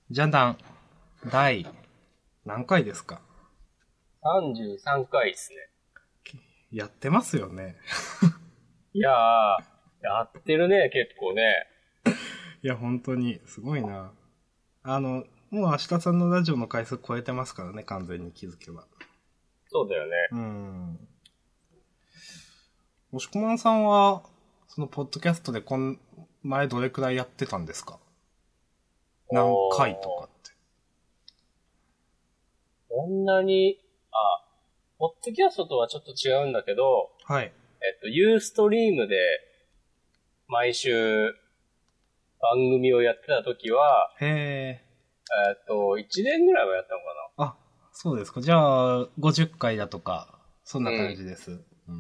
ジャダン、第、何回ですか？ 33回ですね。 やってますよね。 いやー、やってるね、結構ね。 いや、本当に、すごいな。もう明日さんのラジオの回数超えてますからね、完全に気づけば。 そうだよね。 押しこまんさんは、その、ポッドキャストで前どれくらいやってたんですか？何回とかって。 こんなに、ポッドキャストとはちょっと違うんだけど、 はい。 ユーストリームで毎週番組をやってた時は、 へ 1年ぐらいはやったのかー。あ、そうですか。じゃあ、50回だとか、そんな感じです。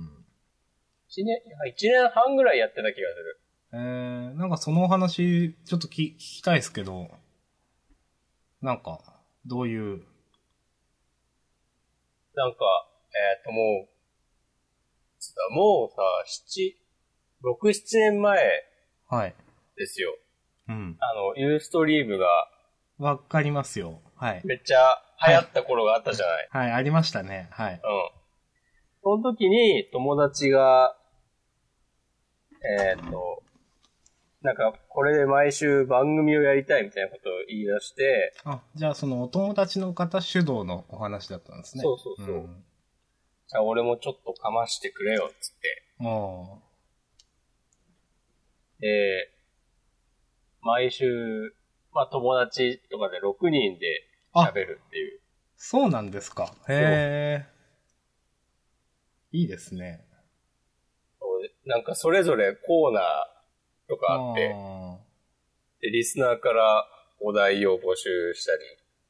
1年半ぐらいやってた気がする。 なんかそのお話、ちょっと聞きたいですけど、なんか、どういう、 なんか、もうさ、6、7年前はい。 ですよ。 うん。 ユーストリームがわかりますよ。はい。 めっちゃ流行った頃があったじゃない。 はい、ありましたね。はい。 うん。その時に友達が、えーっと、なんか、これで毎週番組をやりたいみたいなことを言い出して、 あ、じゃあそのお友達の方主導のお話だったんですね。 そうそうそう。じゃあ俺もちょっとかましてくれよ、つって。 あで、毎週、まあ友達とかで6人であ。あ、 喋るっていう。 そうなんですか。へえ。いいですね。 なんかそれぞれコーナーとかあって、 ああ。 で、リスナーからお題を募集したり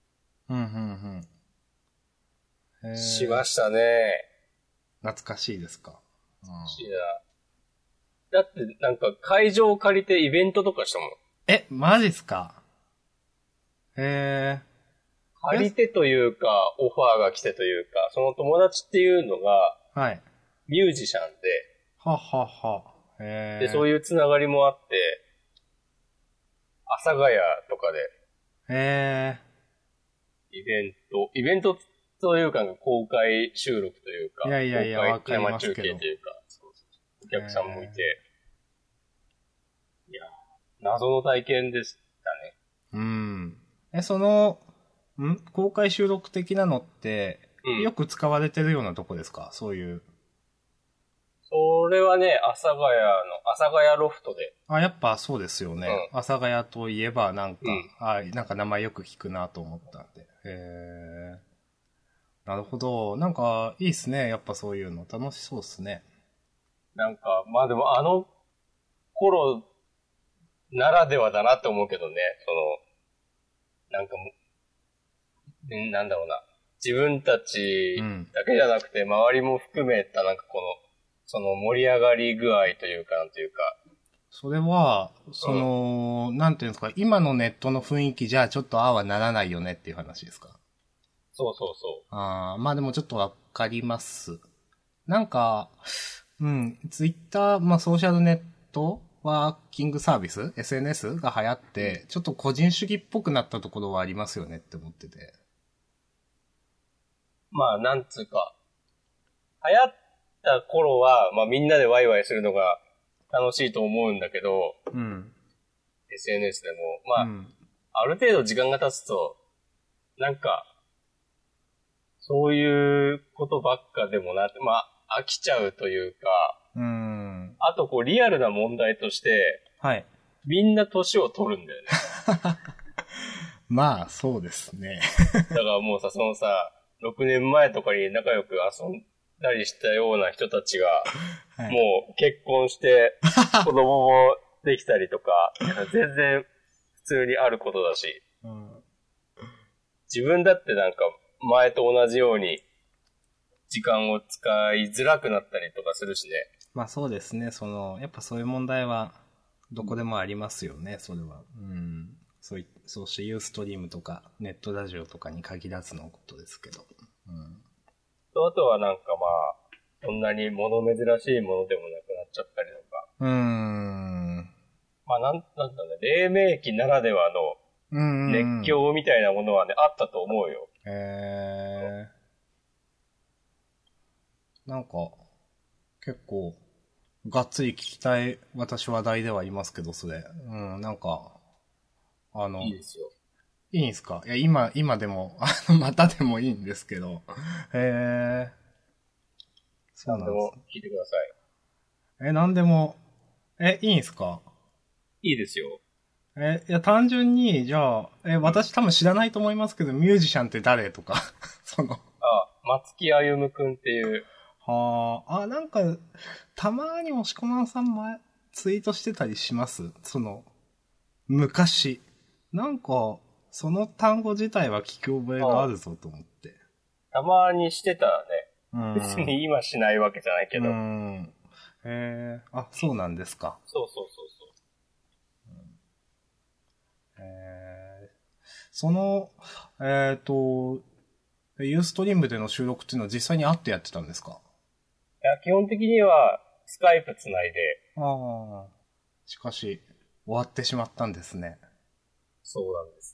へしまえ。 したね。 懐かしいですか。 しいな。だってなんか会場を借りてイベントとかしたもん。 マジっすか？へえ。 借りてというか、オファーが来てというか、その友達っていうのがはい。 ミュージシャンははは。 で、そうへいうつながりもあって、阿佐ヶ谷とかでえ。へえ。 イベントというか公開収録というか、 いやいやいや、わ公開かり生中継ますけど。 というか、そうそうお客さんもいて、いや、謎の体験でしたね。 うん。その、公開収録的なのって、 うん。 よく使われてるようなとこですか？そういう。 それはね、阿佐ヶ谷ロフトで、 あ、やっぱそうですよね。 うん。 阿佐ヶ谷といえばうん。 なんか名前よく聞くなと思ったんで。なるほど。なんか、いいっすね。やっぱそういうの。楽しそうっすね。 なんか、まあでもあの頃ならではだなって思うけどね、なんかもなんだろうな。自分たちうん。 だけじゃなくて、周りも含めたなんかその盛り上がり具合というか、なんというか、 それは、 うん。 なんていうんですか、今のネットの雰囲気じゃちょっとああはならないよねっていう話ですか？ そうそうそまあでもちょっとわかります。なんか、ツイッター、まあソーシャルネットワーキングサービス ?SNS が流行っう。うん。 て、ちょっと個人主義っぽくなったところはありますよねって思ってて。 まあ、なんつうか、流行った頃は、まあみんなでワイワイするのが楽しいと思うんだけど、 うん。 SNS でも、まあ、 うん。 ある程度時間が経つと、なんか、そういうことばっかでもなって、まあ、飽きちゃうというか、 うーん。 あとリアルな問題として、 はい。 みんな年を取るんだよね。 まあ、そうですね。 だからもうさ、6年前とかに仲良く遊んだりしたような人たちが、 はい。 もう結婚して子供もできたりとか、全然普通にあることだし、 うん、 自分だってなんか前と同じように時間を使いづらくなったりとかするしね。 まあそうですね。やっぱそういう問題は、どこでもありますよね、それは。そうしてユーストリームとか、ネットラジオとかに限らずのことですけど。 あとはなんかまあ、そんなに物珍しいものでもなくなっちゃったりとか。 うーん。 まあなんだね、黎明期ならではのうんうん。 熱狂みたいなものはね、あったと思うよ。 なんか、結構、がっつり聞きたい、私話題ではいますけど、それ。うん、なんか、あの、 いいですよ。 いいんすか？いや、今でも、またでもいいんですけど。へえ、そう何でなんです。 も聞いてください。 なんでも、いいんすか？ いいですよ。 いや、単純に、じゃあ、 うん。 私多分知らないと思いますけど、ミュージシャンって誰とか、その、 あ、松木歩くんっていう、 はあ、なんか、たまに押し込まんさん前、ツイートしてたりしますその、昔。なんか、その単語自体は聞き覚えがああ、 るぞと思って。 たまにしてたね。 うー別ん。 に今しないわけじゃないうーけど。 ん。そうなんですか。 そうそうそうそう。 その、えっと、ユーストリームでの収録っていうのは実際に会ってやってたんですか？ いや、基本的には、スカイプつないで、 ああ。しかし、終わってしまったんですね。 そうなんです。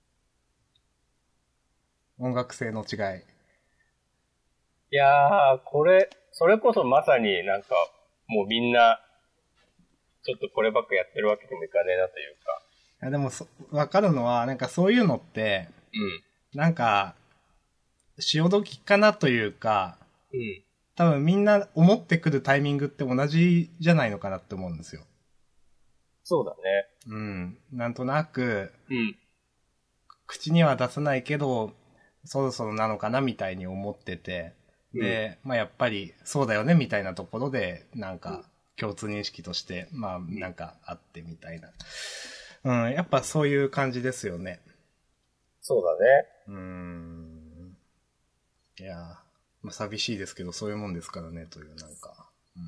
音楽性の違い。 いやー、それこそまさになんか、もうみんな、ちょっとこればっかやってるわけにもいかねえなというか。 いやでもわかるのは、なんかそういうのって、 うん。 なんか、潮時かなというか、 うん。 多分みんな思ってくるタイミングって同じじゃないのかなって思うんですよ。 そうだね。 うん。なんとなく、 うん。 口には出さないけど、そろそろなのかなみたいに思ってて。 うん。 で、まあやっぱりそうだよねみたいなところで、なんうん。 か共通認識として、まあうん。 なんかあってみたいな。うん、やっぱそういう感じですよね。 そうだね。 うーん。いやー、まあ寂しいですけどそういうもんですからね、というなんか。うん。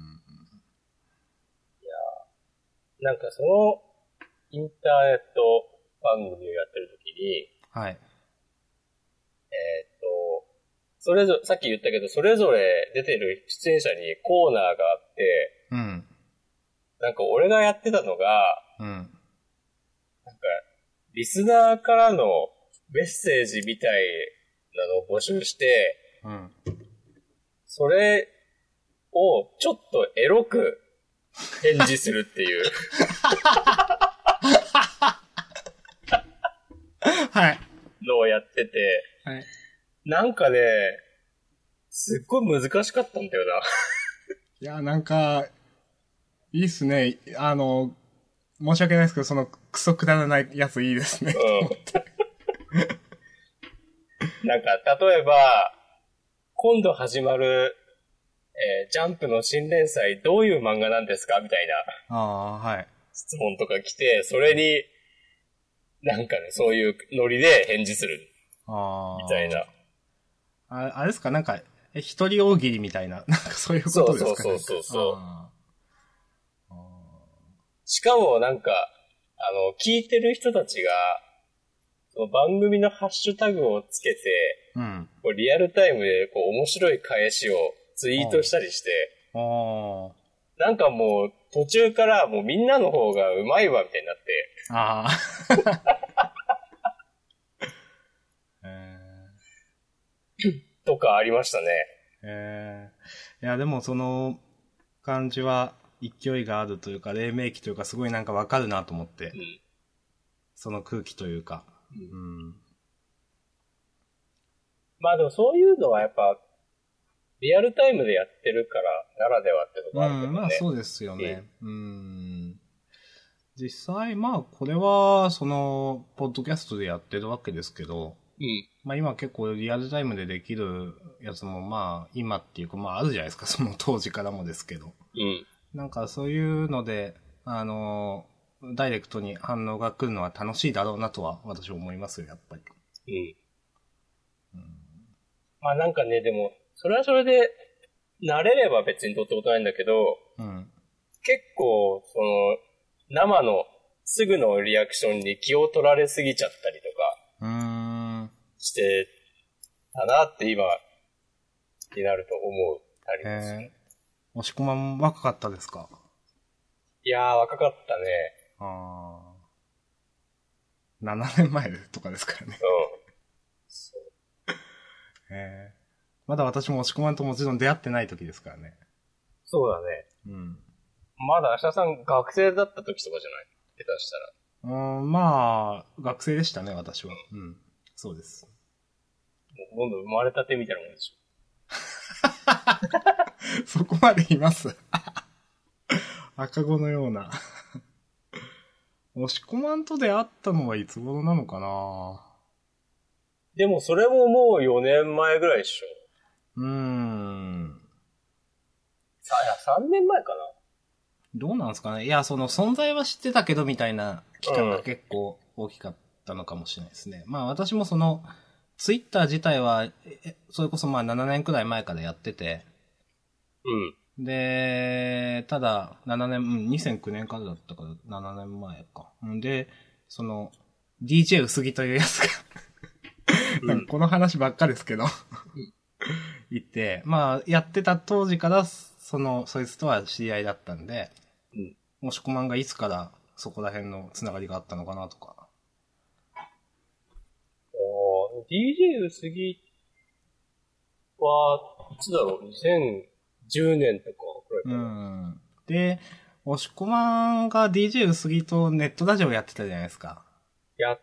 なんかその、インターネット番組をやってる時に、 はい。 それぞれ、さっき言ったけど、それぞれ出てる出演者にコーナーがあって、 うん。 なんか俺がやってたのが、 うん。 なんか、リスナーからのメッセージみたいなのを募集して、 うん。 それをちょっとエロく返事するっていうはい。 のをやってて、 はい。 なんかね、すっごい難しかったんだよな。 いや、なんか、いいっすね。申し訳ないですけど、そのクソくだらないやついいですね。と思って。 うん。なんか、例えば、今度始まる、ジャンプの新連載どういう漫画なんですかみたいなああ、はい。 質問とか来て、それに、なんかね、そういうノリで返事する。みたいあな。 あ。あれですかなんか、一人大喜利みたいな、なんかそういうこそうとですか？ そうそうなんか。 そうそう。 ああ。 しかもなんか、聞いてる人たちが、その番組のハッシュタグをつけて、 うん。 こうリアルタイムでこう面白い返しをツイートしたりして、 ああ。 なんかもう途中からもうみんなの方がうまいわみたいになって、 ああ。 とかありましたね。 いや、でもその感じは勢いがあるというか、黎明期というか、すごいなんかわかるなと思って。 うん。 その空気というか。 うん、 うん。 まあでもそういうのはやっぱ、リアルタイムでやってるからならではってとこあるけうん、まあどそうですよね。 ね。うん。実際、まあこれは、その、ポッドキャストでやってるわけですけど、 うん。 まあ今結構リアルタイムでできるやつもまあ今っていうかまああるじゃないですか。その当時からもですけど。 うん。 なんかそういうので、ダイレクトに反応が来るのは楽しいだろうなとは私は思いますよ、やっぱり。 うん。まあなんかね、でも、それはそれで、慣れれば別にどうってことないんだけど、 うん。 結構、その、生のすぐのリアクションに気を取られすぎちゃったりとかうーん。 してたなって今になると思うたりもする。 押し込まん若かったですか？ いやー若かったね。 ああ。 7年前とかですからね。 そう。 まだ私も押し込まんともちろん出会ってない時ですからね。 そうだね。 うん。 まだ明日さん学生だった時とかじゃない下手したら。 まあ、学生でしたね、私は。うん。そうです。 もう今度生まれたてみたいなもんでしょ。 そこまでいます赤子のような押し込まんと出会ったのはいつ頃なのかな。 でもそれももう4年前ぐらいでしょ。いや、3年前かな。 どうなんですかね。いや、その存在は知ってたけどみたいな期間が結構大きかったのかもしれないですね。まあ私もその、ツイッター自体は、それこそまあ7年くらい前からやってて。 うん。 で、ただ、2009年からだったから7年前か。で、その、DJ 薄木というやつがなんかこの話ばっかですけど言って、まあ、やってた当時から、そいつとは知り合いだったんで、押し込まんがいつからそこら辺のつながりがあったのかなとか。 DJ 薄木は、いつだろう ?2010 年とかくらいかな。 で、押し込まんが DJ 薄木とネットラジオやってたじゃないですか。 やった。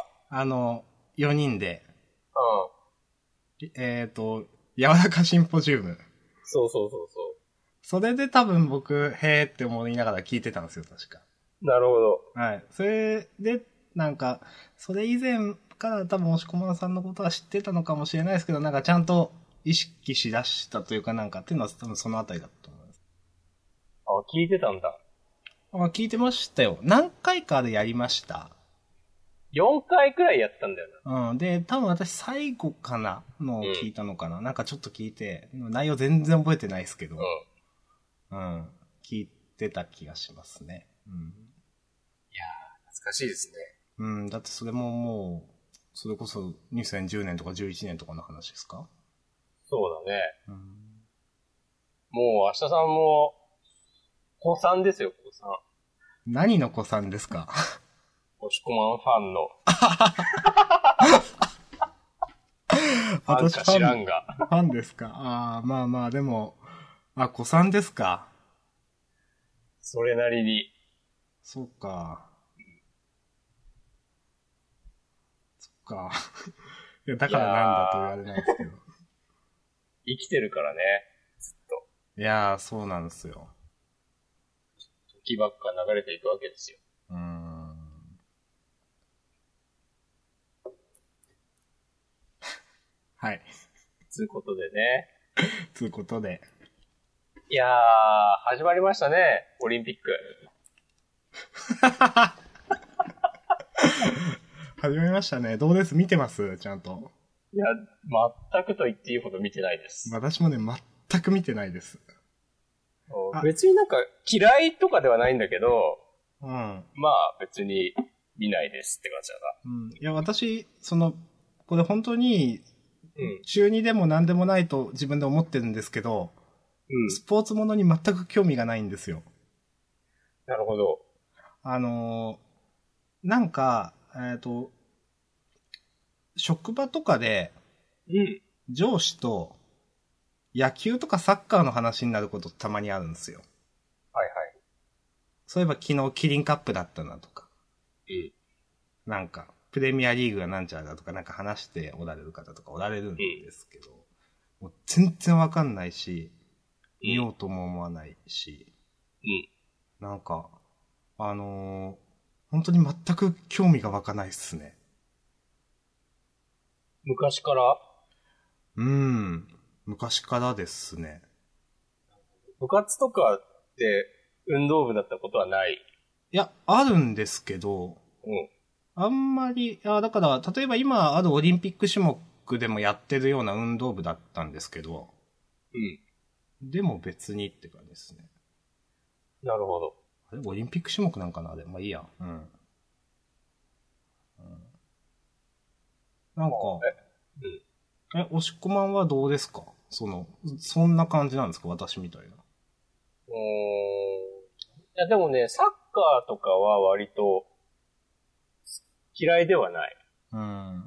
4人で。 うん。 柔らかシンポジウム。 そう。 それで多分僕、へーって思いながら聞いてたんですよ、確か。 なるほど。 はい。それで、なんか、それ以前から多分押し込まんさんのことは知ってたのかもしれないですけど、なんかちゃんと意識しだしたというかなんかっていうのは多分そのあたりだと思います。 聞いてたんだ。 聞いてましたよ。何回かでやりました。 4回くらいやったんだよな。で、多分私最後かなのを聞いたのかな。なんかちょっと聞いて、内容全然覚えてないですけど。聞いてた気がしますね。いやー、 懐かしいですね。 だってそれももう、それこそ2010年とか11年とかの話ですか？ そうだね。もう明日さんも、子さんですよ、子さん。 何の子さんですか？ 押し込まんファンの。 私ファンか知らんが。 ファンですか？まあまあ、でも、子さんですか？ それなりに。 そうか。そっか。いや、だからなんだと言われないですけど。 生きてるからね、ずっと。 いやー、そうなんですよ。 時ばっか流れていくわけですよ。 はい。 つうことでね。 つうことで。 いやー、始まりましたね、オリンピック。 始まりましたね。どうです？見てます？ちゃんと。 いや、全くと言っていいほど見てないです。 私もね、全く見てないです。 別になんか嫌いとかではないんだけど、まあ別に見ないですって感じだな。 いや、私、これ本当に、中二でも何でもないと自分で思ってるんですけど、スポーツものに全く興味がないんですよ。 なるほど。 なんか、職場とかで、上司と野球とかサッカーの話になることたまにあるんですよ。 はいはい。 そういえば昨日キリンカップだったなとか。なんか、プレミアリーグがなんちゃらだとかなんか話しておられる方とかおられるんですけど、もう全然わかんないし、見ようとも思わないし、なんか、本当に全く興味が湧かないっすね。 昔から？ 昔からですね。 部活とかって運動部だったことはない？ いや、あるんですけど、あんまり、だから、例えば今あるオリンピック種目でもやってるような運動部だったんですけど、でも別にって感じですね。 なるほど。 あれオリンピック種目なんかなあれ。まあいいや。なんか、押し込まんはどうですか？そんな感じなんですか？私みたいな。 いやでもね、サッカーとかは割と好嫌いではない。 うん。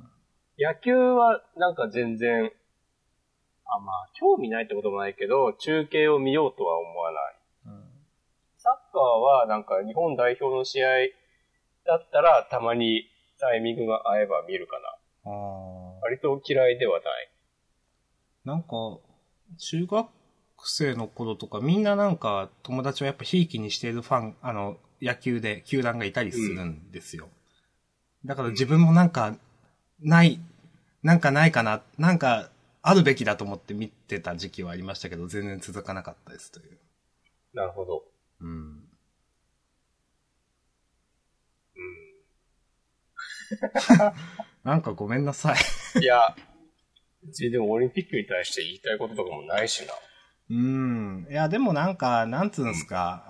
野球はなんか全然、興味ないってこともないけど、中継を見ようとは思わない。 うん、 サッカーはなんか日本代表の試合だったらたまにタイミングが合えば見るかな。割と嫌いではない。 なんか、中学生の頃とかみんななんか友達はやっぱひいきにしているファン、野球で球団がいたりするんですよ。だから自分もなんか、ないかな、なんかあるべきだと思って見てた時期はありましたけど、全然続かなかったですという。 なるほど。 うん。なんかごめんなさい。 いや、別にでもオリンピックに対して言いたいこととかもないしな。 いや、でもなんか、なんつうんすか、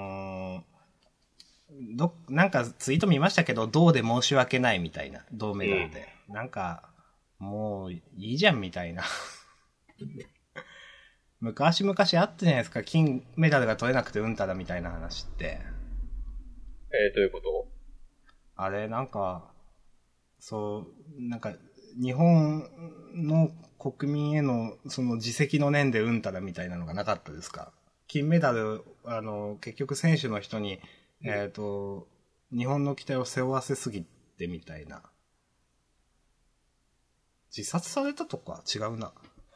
なんかツイート見ましたけど、どうで申し訳ないみたいな、銅メダルで。なんか、もういいじゃんみたいな。昔々あったじゃないですか、金メダルが取れなくてうんたらみたいな話って。 どういうこと？ あれ、なんか、そう、なんか、日本の国民へのその自責の念でうんたらみたいなのがなかったですか？金メダル、結局選手の人に、日本の期待を背負わせすぎてみたいな。自殺されたとか違うな。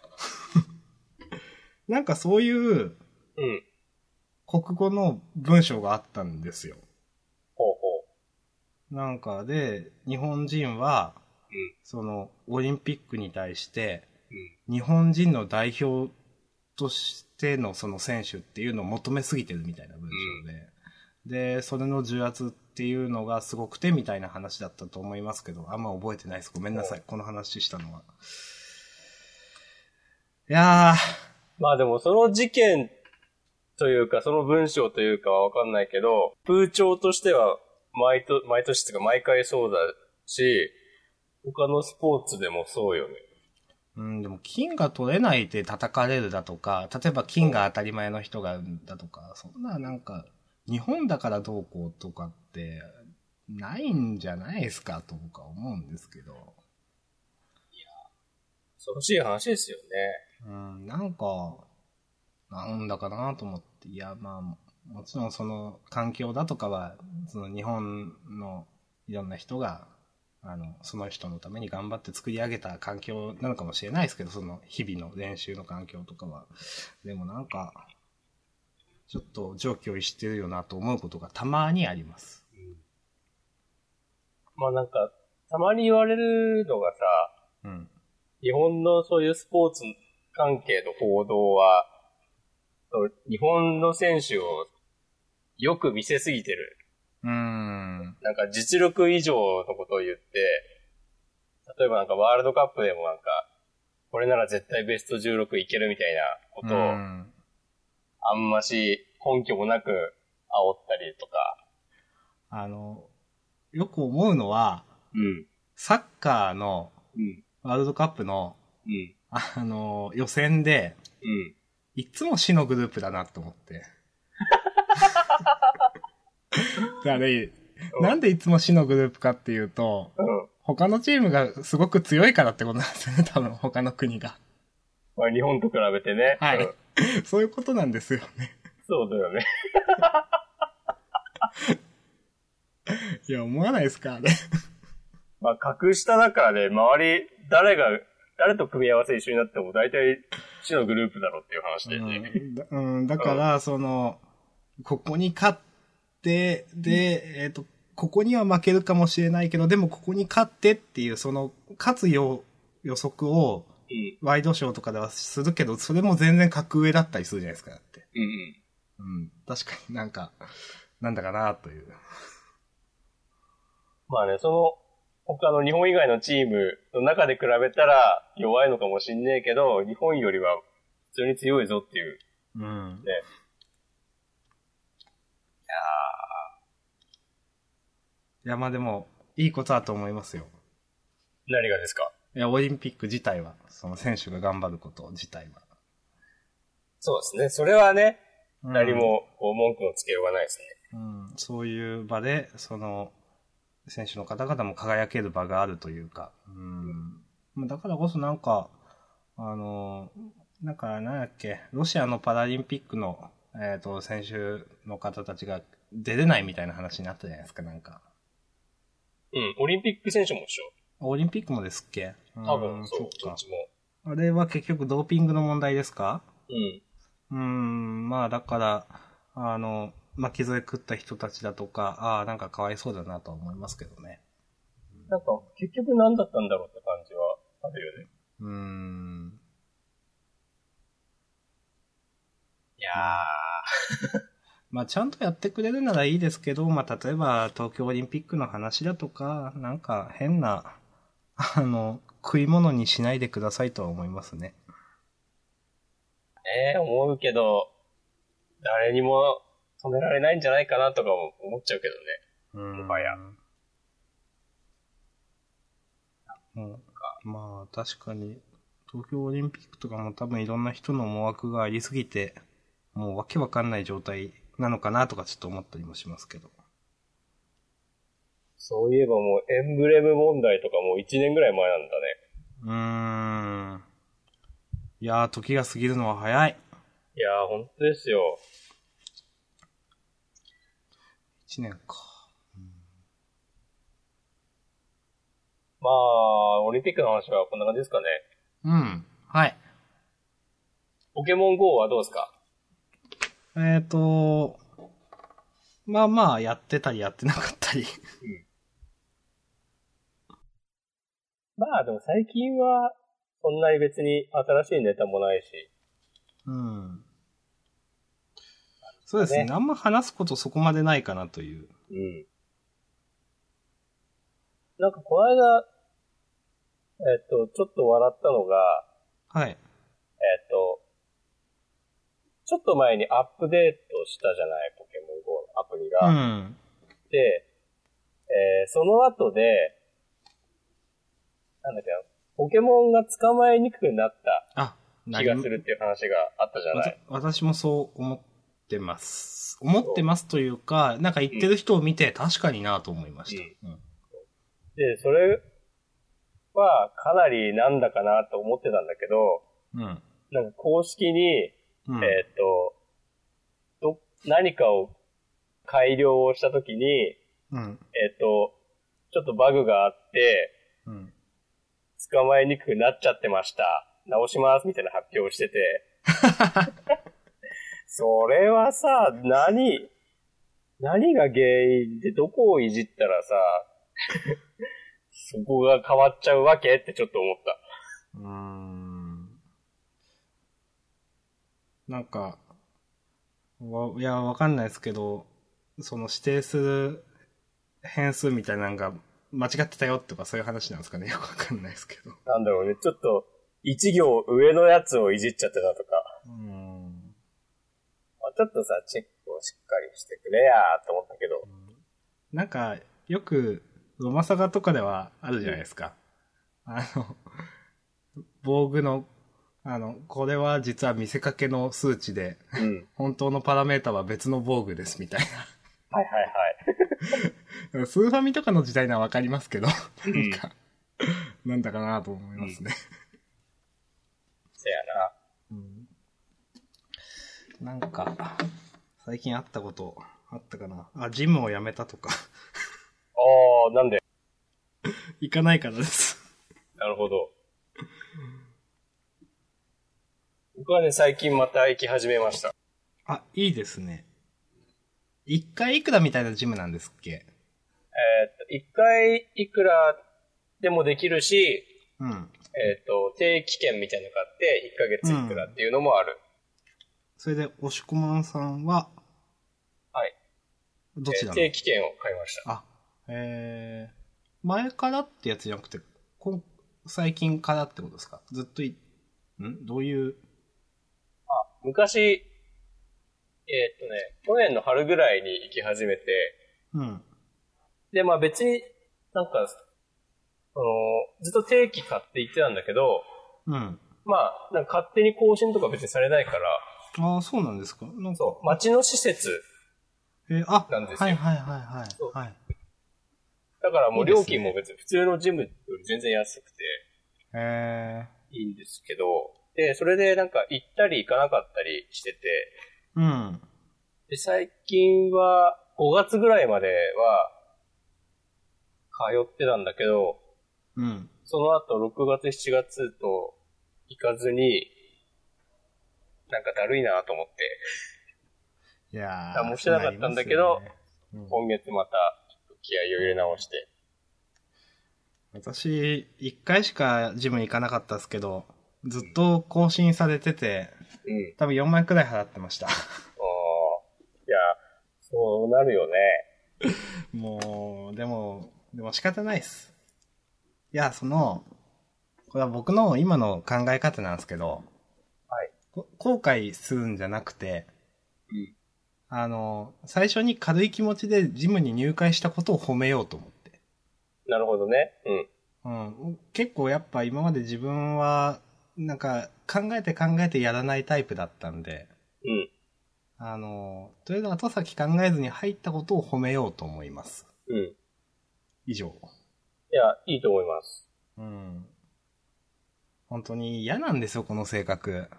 なんかそういう、国語の文章があったんですよ。 ほうほう。なんかで、日本人は、その、オリンピックに対して、日本人の代表としてのその選手っていうのを求めすぎてるみたいな文章で、で、それの重圧っていうのがすごくてみたいな話だったと思いますけど、あんま覚えてないです。ごめんなさい。この話したのは。いやでもその事件というか、その文章というかはわかんないけど、風潮としては毎年っていうか毎回そうだし、他のスポーツでもそうよね。 でも金が取れないで叩かれるだとか、例えば金が当たり前の人がだとか、そんななんか、日本だからどうこうとかって、ないんじゃないですかと僕は思うんですけど。いや、 恐ろしい話ですよね。 なんか、なんだかなと思って、いや、まあ、もちろんその環境だとかは、その日本のいろんな人が、その人のために頑張って作り上げた環境なのかもしれないですけど、その日々の練習の環境とかは。でもなんか、ちょっと常軌を逸してるよなと思うことがたまにあります。 なんか、たまに言われるのがさ、日本のそういうスポーツ関係の報道は、日本の選手をよく見せすぎてる。なんか実力以上のことを言って、例えばなんかワールドカップでもなんか、これなら絶対ベスト16いけるみたいなことを、あんまし根拠もなく煽ったりとか。 よく思うのは、サッカーのワールドカップの、予選で、いつも死のグループだなと思って。だね、なんでいつも死のグループかっていうと、他のチームがすごく強いからってことなんですよね、多分他の国が。 日本と比べてね。 はい。そういうことなんですよね。 そうだよね。 いや、思わないですか、あれ。 格下だからね、周り、誰と組み合わせ一緒になっても大体死のグループだろうっていう話でね。 だから、ここに勝って、で、ここには負けるかもしれないけど、でもここに勝ってっていう、勝つ予測を、ワイドショーとかではするけど、それも全然格上だったりするじゃないですか、だって。確かになんか、なんだかなという。 他の日本以外のチームの中で比べたら弱いのかもしんねえけど、日本よりは普通に強いぞっていう。ね。 いや、でも、いいことだと思いますよ。 何がですか？ いや、オリンピック自体は、その選手が頑張ること自体は。 そうですね。それはね、何も文句のつけようがないですね。 そういう場で、 選手の方々も輝ける場があるというか。だからこそなんか、なんかなんだっけ、ロシアのパラリンピックの、選手の方たちが出れないみたいな話になったじゃないですか、なんか。 うん、オリンピック選手もでしょ。 オリンピックもですっけ？ 多分、そう、 そっか。 どっちも。 あれは結局ドーピングの問題ですか？ うん。 まあだから、巻き添え食った人たちだとか、なんかかわいそうだなとは思いますけどね。 なんか、結局何だったんだろうって感じはあるよね。いやー。 まあちゃんとやってくれるならいいですけど、まあ例えば東京オリンピックの話だとか、なんか変な、食い物にしないでくださいとは思いますね。 思うけど、誰にも止められないんじゃないかなとかも思っちゃうけどね。もはや。 まあ確かに、東京オリンピックとかも多分いろんな人の思惑がありすぎて、もうわけわかんない状態なのかなとかちょっと思ったりもしますけど。 そういえばもうエンブレム問題とかもう1年ぐらい前なんだね。 いやー、時が過ぎるのは早い。 いやー、本当ですよ。 1年か。 まあ、オリンピックの話はこんな感じですかね。 はい。 ポケモン GO はどうですか？ まあまあ、やってたりやってなかったり。 まあでも最近は、そんなに別に新しいネタもないし。 そうですね。あんま話すことそこまでないかなという。 なんかこの間、ちょっと笑ったのが、 はい。 ちょっと前にアップデートしたじゃない、ポケモン GO のアプリが。で、その後で、なんだっけな、ポケモンが捕まえにくくなった気がするっていう話があったじゃない。 私もそう思ってます。思ってますというか、なんか言ってる人を見て確かになと思いました。 で、それはかなりなんだかなと思ってたんだけど、なんか公式に、何かを改良をしたときに、ちょっとバグがあって、捕まえにくくなっちゃってました。直しますみたいな発表をしてて。それはさ、何が原因でどこをいじったらさ、そこが変わっちゃうわけってちょっと思った。 なんか、いや、わかんないですけど、その指定する変数みたいなのが間違ってたよとかそういう話なんですかね。よくわかんないですけど。 なんだろうね、ちょっと、一行上のやつをいじっちゃってたとか。ちょっとさ、チェックをしっかりしてくれやーって思ったけど。 なんか、よく、ロマサガとかではあるじゃないですか。防具の、これは実は見せかけの数値で、本当のパラメータは別の防具ですみたいな。 はいはいはい。 スーファミとかの時代ならわかりますけど、なんだかなと思いますね。 せやな。なんか、最近あったことあったかな。ジムを辞めたとか。 なんで？ 行かないからです。 なるほど。僕はね、最近また行き始めました。 いいですね。一回いくらみたいなジムなんですっけ？ 一回いくらでもできるし、定期券みたいなのがあって、1ヶ月いくらっていうのもある。 それで、押し込まんさんは、 はい。 どちらの？ 定期券を買いました。 前からってやつじゃなくて、最近からってことですか？ずっとどういう？ 昔、去年の春ぐらいに行き始めて、で、まあ別になんか、ずっと定期買って行ってたんだけど、まあ、なんか勝手に更新とか別にされないから。 そうなんですか？ そう、町の施設なんですよ。 はい。 だだからもう料金も別に普通のジムより全然安くて、いいんですけど、で、それでなんか行ったり行かなかったりしてて、 うん。 で、最近は5月ぐらいまでは通ってたんだけど、 うん。 その後6月7月と行かずに、なんかだるいなと思って、 いや何もしてなかったんだけど、今月また気合を入れ直して。 私、1回しかジム行かなかったですけど、ずっと更新されてて、多分4万円くらい払ってました。 いや、そうなるよね。 もう、でも仕方ないっす。いや、これは僕の今の考え方なんですけど、 はい。 後悔するんじゃなくて、最初に軽い気持ちでジムに入会したことを褒めようと思って。 なるほどね。 結構やっぱ今まで自分は、なんか考えてやらないタイプだったんで、とりあえず後先考えずに入ったことを褒めようと思います。以上。 いや、いいと思います。 本当に嫌なんですよ、この性格。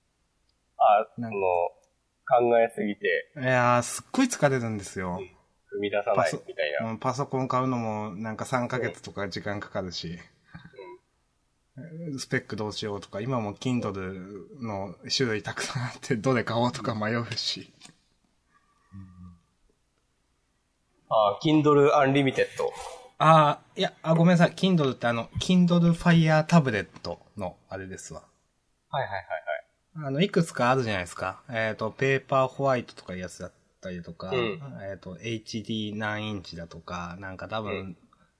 考えすぎて。 いやー、すっごい疲れるんですよ。 踏み出さないみたいな。 パソコン買うのもなんか3ヶ月とか時間かかるし、スペックどうしようとか、今も Kindle の種類たくさんあってどれ買おうとか迷うし。 Kindle Unlimited。 ごめんなさい。Kindle って Kindle Fire タブレットのあれですわ。いくつかあるじゃないですか。ペーパーホワイトとかいうやつだったりとか、HD 何インチだとか、なんか多分、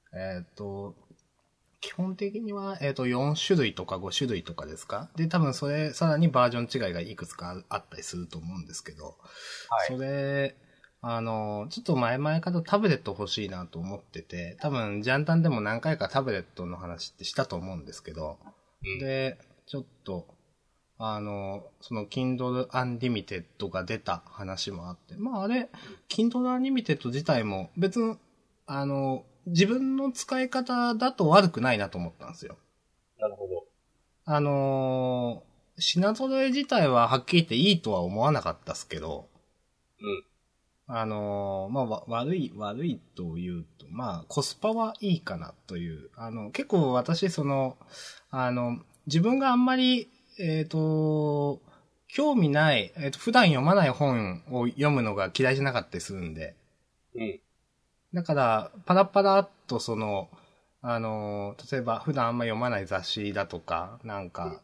基本的には、4種類とか5種類とかですか？で、多分それ、さらにバージョン違いがいくつかあったりすると思うんですけど、それ、ちょっと前々からタブレット欲しいなと思ってて、多分、ジャンタンでも何回かタブレットの話ってしたと思うんですけど、で、ちょっと、その Kindle Unlimited が出た話もあって、あれ、Kindle Unlimited 自体も別に、自分の使い方だと悪くないなと思ったんですよ。 なるほど。 品揃え自体ははっきり言っていいとは思わなかったっすけど、悪いというと、コスパはいいかなという。結構私、自分があんまり、興味ない、普段読まない本を読むのが嫌いじゃなかったりするんで。だから、パラパラっと例えば普段あんま読まない雑誌だとか、なんか、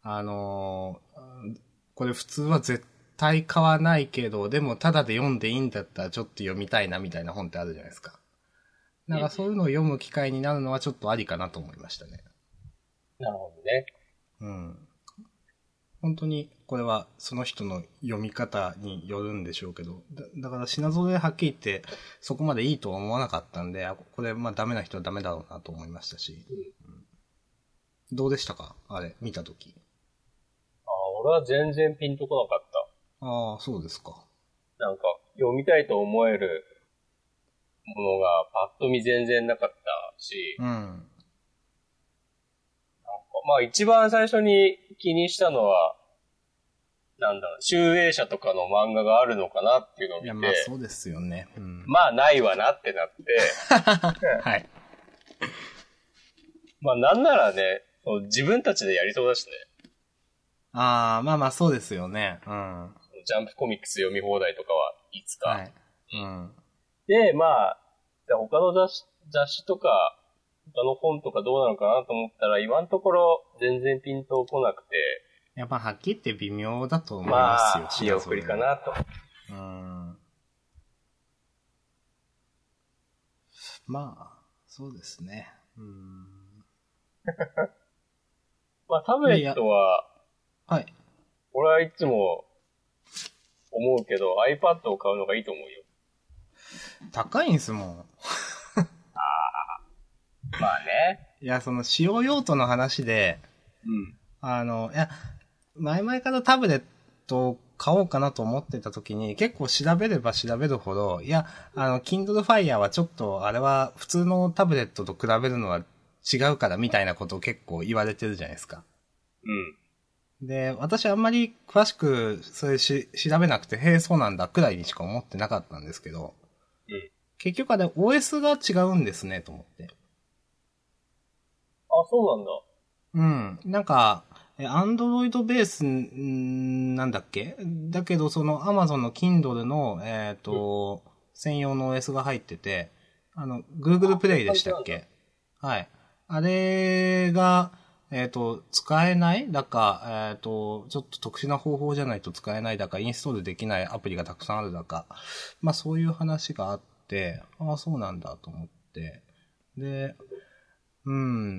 これ普通は絶対買わないけど、でもタダで読んでいいんだったらちょっと読みたいなみたいな本ってあるじゃないですか。なんかそういうのを読む機会になるのはちょっとありかなと思いましたね。 なるほどね。 本当にこれはその人の読み方によるんでしょうけど、だから品揃えはっきり言ってそこまでいいとは思わなかったんで、これダメな人はダメだろうなと思いましたし。どうでしたか？あれ、見たとき。 俺は全然ピンとこなかった。 そうですか。 なんか、読みたいと思えるものがパッと見全然なかったし、一番最初に気にしたのは、集英社とかの漫画があるのかなっていうのを見て。 そうですよね。 ないわなってなって。 はい。 なんならね、自分たちでやりそうだしね。 そうですよね。 ジャンプコミックス読み放題とかはいつか。 で、 他の雑誌とか、他の本とかどうなのかなと思ったら、今のところ全然ピンとこなくて。 はっきり言って微妙だと思いますよ。 仕送りかなと。 そうですね。 タブレットは、 はい。 俺はいつも思うけど iPad を買うのがいいと思うよ。 高いんすもん。 ね。 いや、使用用途の話で、前々からタブレッ買おうかなと思ってた時に、結構調べれば調べるほど、いや、Kindle Fire はちょっと、あれは普通のタブレットと比べるのは違うからみたいなことを結構言われてるじゃないですか。 うん。 で、私あんまり詳しく、それ調べなくて、へえ、そうなんだ、くらいにしか思ってなかったんですけど、 うん。 結局あれ OS が違うんですね、と思って。 あ、そうなんだ。 うん。なんか、Android ベースなんだっけだけど、その Amazon の Kindle の、専用の OS が入ってて、Google プレイでしたっけ？はい。あれが、使えないだか、ちょっと特殊な方法じゃないと使えないだか、インストールできないアプリがたくさんあるだか、まあそういう話があって、ああ、そうなんだと思って、で、うん。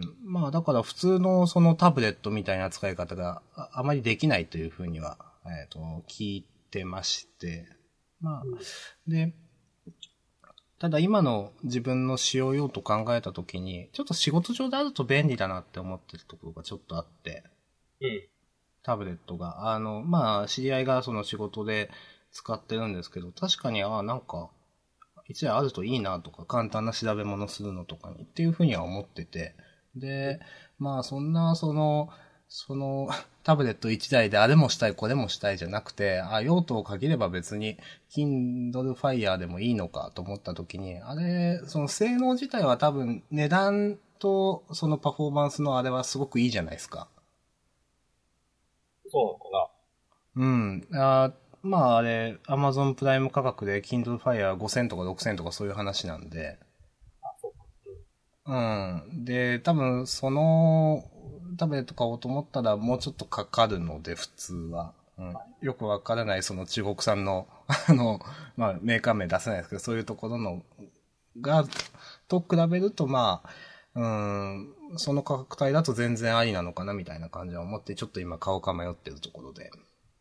まあだから普通のそのタブレットみたいな使い方があまりできないというふうには、聞いてまして。まあ、で、ただ今の自分の使用用途考えたときに、ちょっと仕事上であると便利だなって思ってるところがちょっとあって、 うん。 タブレットが。まあ、知り合いがその仕事で使ってるんですけど、確かに、なんか、一台あるといいなとか、簡単な調べ物するのとかにっていうふうには思ってて。で、まあそんな、タブレット一台であれもしたい、これもしたいじゃなくて、用途を限れば別に、Kindle Fire でもいいのかと思った時に、あれ、その性能自体は多分値段とそのパフォーマンスのあれはすごくいいじゃないですか。 そうなのかうん。まああれ、Amazon プライム価格で Kindle Fire 5000とか6000とかそういう話なんで。 な。あ、そうか。 うん。で、多分そのタブレット買おうと思ったらもうちょっとかかるので、普通は。うん。よくわからないその中国産の、まあメーカー名出せないですけど、そういうところの、と比べるとまあ、その価格帯だと全然ありなのかなみたいな感じは思って、ちょっと今買おうか迷ってるところで。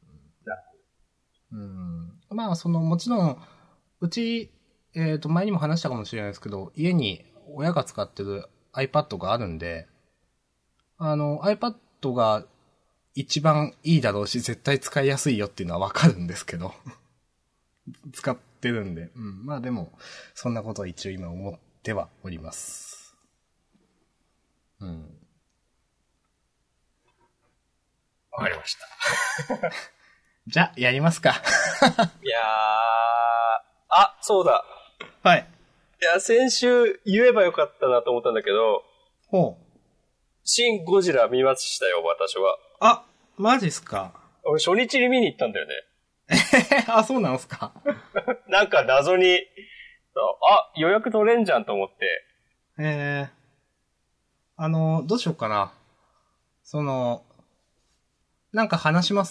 まあ、もちろん、うち、前にも話したかもしれないですけど、家に親が使ってる iPad があるんで、iPad が一番いいだろうし、絶対使いやすいよっていうのはわかるんですけど、使ってるんで。うん。まあでも、そんなことを一応今思ってはおります。うん。 わかりました。 じゃ、やりますか。 いやー、あ、そうだ。 はい。 いや、先週言えばよかったなと思ったんだけど、 ほう。 シン・ゴジラ見ましたよ、私は。 あ、マジっすか。 俺初日に見に行ったんだよね。 あ、そうなんすか。 なんか謎に、予約取れんじゃんと思って。 どうしようかな。なんか話します？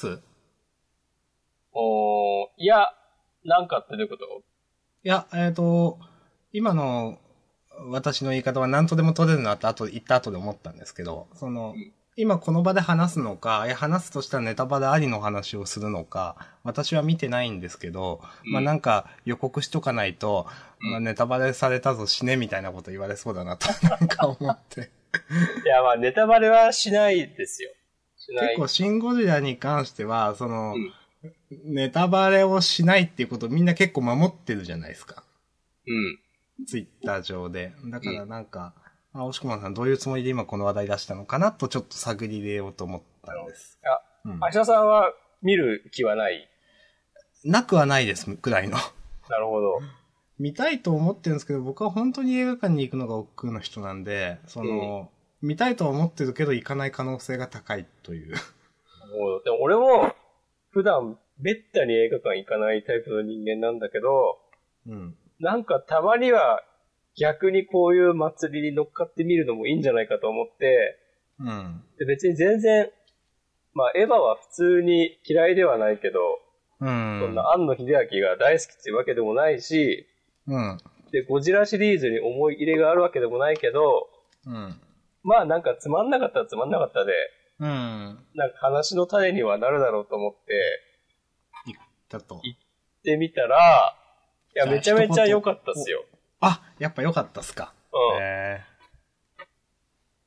いや、なんかってどういうこと？ いや、今の私の言い方は何とでも取れるなって言った後で思ったんですけど、今この場で話すのか、話すとしたらネタバレありの話をするのか、私は見てないんですけど、まあなんか予告しとかないと、まあネタバレされたぞ死ねみたいなこと言われそうだなとなんか思って。 いや、まあネタバレはしないですよ。しない。 結構シンゴジラに関しては、ネタバレをしないっていうことをみんな結構守ってるじゃないですか。 うん。 ツイッター上で。だからなんか、押しこまさんどういうつもりで今この話題出したのかなとちょっと探り入れようと思ったんです。 芦田さんは見る気はない？ なくはないです、くらいの。 なるほど。 見たいと思ってるんですけど、僕は本当に映画館に行くのが億劫の人なんで、見たいとは思ってるけど行かない可能性が高いという。 でも俺も普段めったに映画館行かないタイプの人間なんだけど、なんかたまには逆にこういう祭りに乗っかってみるのもいいんじゃないかと思って、で別に全然、まあエヴァは普通に嫌いではないけど、そんな庵野秀明が大好きっていうわけでもないし、でゴジラシリーズに思い入れがあるわけでもないけど、まあなんかつまんなかったらつまんなかったで、なんか話の種にはなるだろうと思って、行ってみたら、いや、めちゃめちゃ良かったっすよ。 あ、やっぱ良かったっすか。 いや、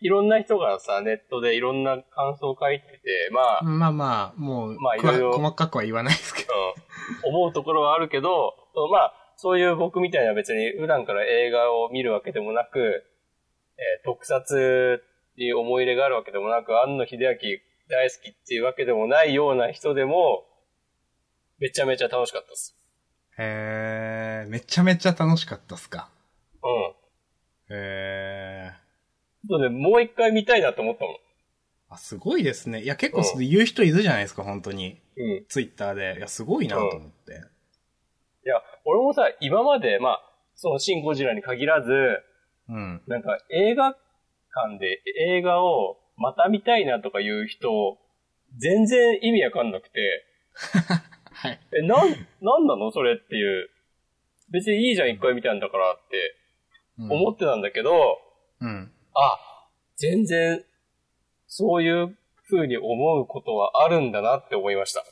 いろんな人がさ、ネットでいろんな感想を書いてて、まあ、 まあまあ、もう、 まあいろいろ細かくは言わないですけど。 思うところはあるけど、まあ、そういう僕みたいな別に普段から映画を見るわけでもなく、特撮に思い入れがあるわけでもなく、庵野秀明大好きっていうわけでもないような人でも、めちゃめちゃ楽しかったです。 めちゃめちゃ楽しかったっすか。 うん。そうね、もう一回見たいなと思ったもん。 あ、すごいですね。いや、結構それ言う人いるじゃないですか、本当に。 うん。 ツイッターで。いや、すごいなと思って。 いや、俺もさ、今まで、まあ、そのシン・ゴジラに限らず、 うん。 なんか映画館で映画をまた見たいなとかいう人、全然意味わかんなくて。 はい。 なんなのそれっていう。別にいいじゃん、一回見たんだからって思ってたんだけど、 うん。 あ、全然、そういう風に思うことはあるんだなって思いました。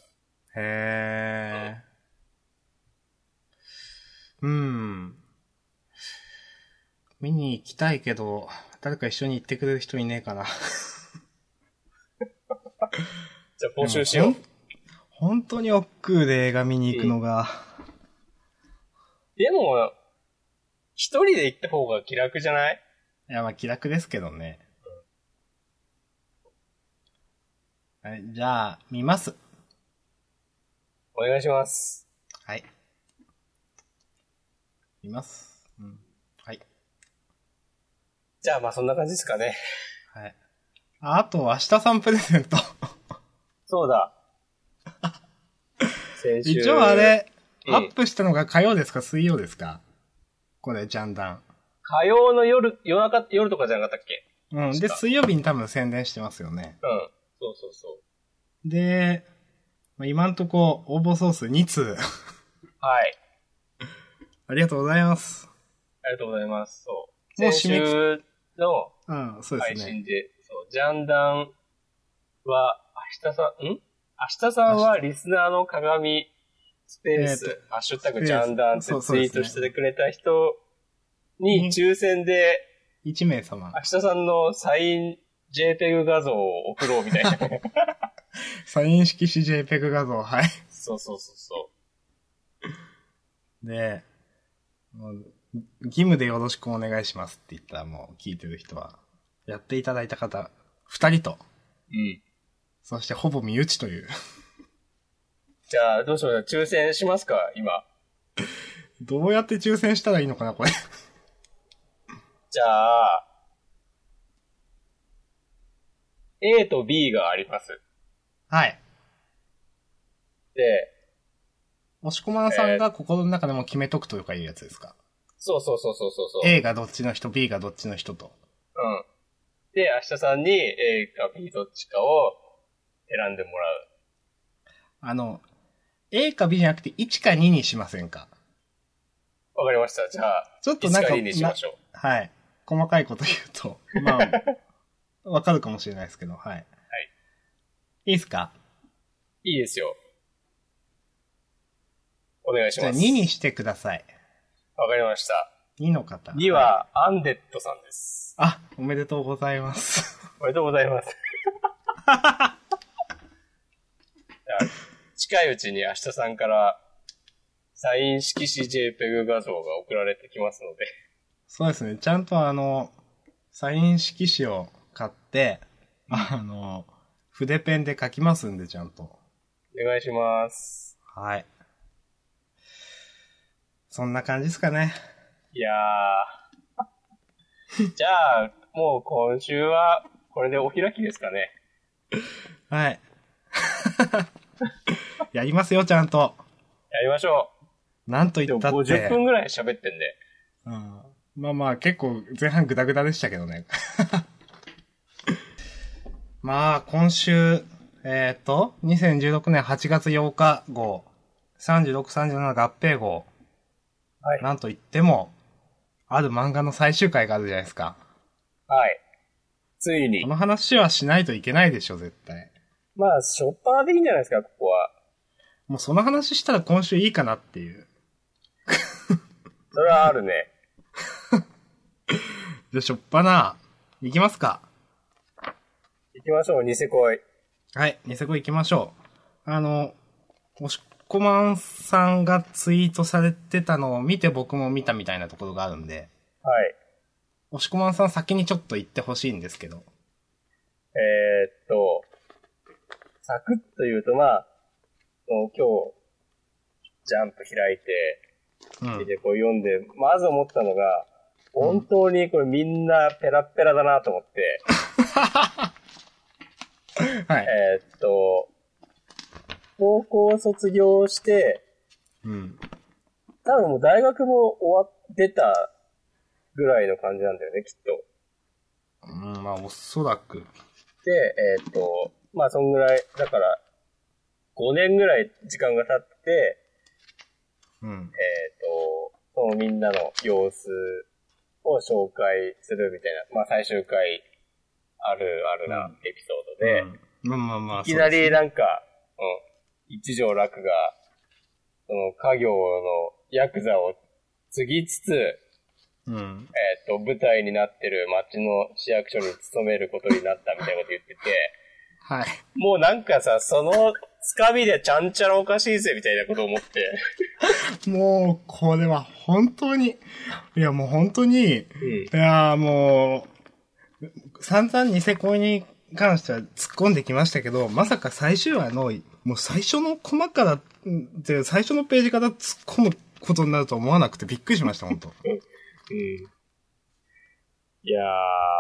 うん。見に行きたいけど、誰か一緒に行ってくれる人いねえかな。 じゃあ募集しよう。 本当に億劫で映画見に行くのが。 でも、一人で行った方が気楽じゃない？ いや、まあ気楽ですけどね。はい、じゃあ、見ます。 お願いします。 はい。見ます。うん。はい。 じゃあまあそんな感じですかね。 はい。あと、明日さんプレゼント。 そうだ。先週。 一応あれ、アップしたのが火曜ですか水曜ですか？これ、ジャンダン。 火曜の夜とかじゃなかったっけ？ うん。で、水曜日に多分宣伝してますよね。 うん。そうそうそう。 で、今んとこ応募総数2通。 はい。 ありがとうございます。 ありがとうございます。そう。 もう先週の配そうですね。 信で、そう、ジャンダンは、明日さんはリスナーの鏡スペース、ハッシュタグジャンダンってツイートしてくれた人に抽選で、 1名様。 明日さんのサイン JPEG 画像を送ろうみたいな。 サイン色紙 JPEG 画像、はい。 そうそうそうそう。 で、もう義務でよろしくお願いしますって言ったらもう聞いてる人は、やっていただいた方、2人と。 うん。 そしてほぼ身内という。 じゃあ、どうしよう。抽選しますか今。 どうやって抽選したらいいのかなこれ。 じゃあ、A と B があります。 はい。 で、 もしこまんさんが心の中でも決めとくというかいうやつですか？ そうそうそうそうそう。 A がどっちの人、B がどっちの人と。 うん。で、明日さんに A か B どっちかを選んでもらう。 A か B じゃなくて1か2にしませんか？ わかりました。じゃあ、 ちょっとなんか、 1か2にしましょう。 はい。細かいこと言うと、まあ、わかるかもしれないですけど、はい。はい。いいですか？ いいですよ。お願いします。 じゃあ2にしてください。 わかりました。 2の方。 2は、アンデッドさんです。 あ、おめでとうございます。 おめでとうございます。近いうちに明日さんからサイン色紙 JPEG 画像が送られてきますので。 そうですね。ちゃんとサイン色紙を買って、筆ペンで書きますんで、ちゃんと。お願いします。 はい。そんな感じですかね。 いやー。じゃあ、もう今週はこれでお開きですかね。 はい。やりますよ、ちゃんと。 やりましょう。なんと言ったって。 50分ぐらい喋ってんで。 うん。まあまあ、結構前半グダグダでしたけどね。まあ、今週、2016年8月8日号、36、37合併号。はい。なんと言っても、ある漫画の最終回があるじゃないですか。 はい。ついに。 この話はしないといけないでしょ、絶対。 まあ、しょっぱなでいいんじゃないですか、ここは。 もうその話したら今週いいかなっていう。 それはあるね。 じゃあしょっぱな、いきますか。 行きましょう、ニセ恋。 はい、ニセコ行きましょう。おしこまんさんがツイートされてたのを見て僕も見たみたいなところがあるんで、 はい。 おしこまんさん先にちょっと言ってほしいんですけど。 サクッと言うと、まあ、今日、ジャンプ開いて、 うん。 で、こう読んで、まず思ったのが、本当にこれみんなペラッペラだなと思って、 はい。 高校卒業して、 うん。 多分もう大学も終わってたぐらいの感じなんだよね、きっと。 うん、まあ、おそらく。 で、まあそんぐらい、だから、5年ぐらい時間が経って、 うん。 そのみんなの様子を紹介するみたいな、まあ最終回あるあるなエピソードで、 まあまあまあ、 いきなりなんか、一条楽が、その家業のヤクザを継ぎつつ、舞台になってる町の市役所に勤めることになったみたいなこと言ってて、 はい。 もうなんかさ、そのつかみでちゃんちゃらおかしいぜみたいなことを思って。 もう、これは本当に、いやもう本当に、いやもう、散々ニセ恋に関しては突っ込んできましたけど、まさか最終話の、もう最初のコマから、最初のページから突っ込むことになると思わなくてびっくりしました、本当。 いや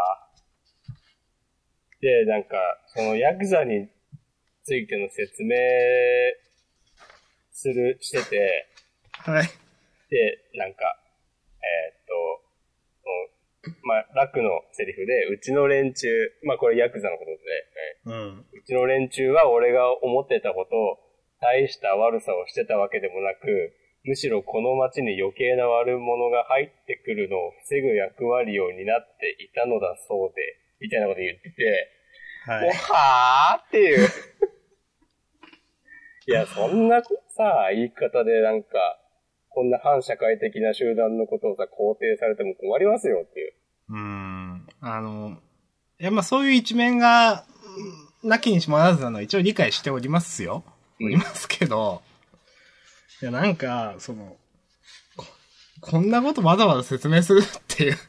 ー。で、なんか、そのヤクザについての説明してて、 はい。 で、なんか、まあ、楽のセリフで、うちの連中、まあこれヤクザのことで、うちの連中は俺が思ってたことを大した悪さをしてたわけでもなく、むしろこの町に余計な悪者が入ってくるのを防ぐ役割を担っていたのだそうで、みたいなこと言ってて、 はい。 もうはぁっていう。いや、そんなさ、言い方でなんか、こんな反社会的な集団のことをさ、肯定されても困りますよっていう。 いや、まあそういう一面が、なきにしもあらずなのは一応理解しておりますよ。おりますけど、いや、なんか、こんなことわざわざ説明するっていう。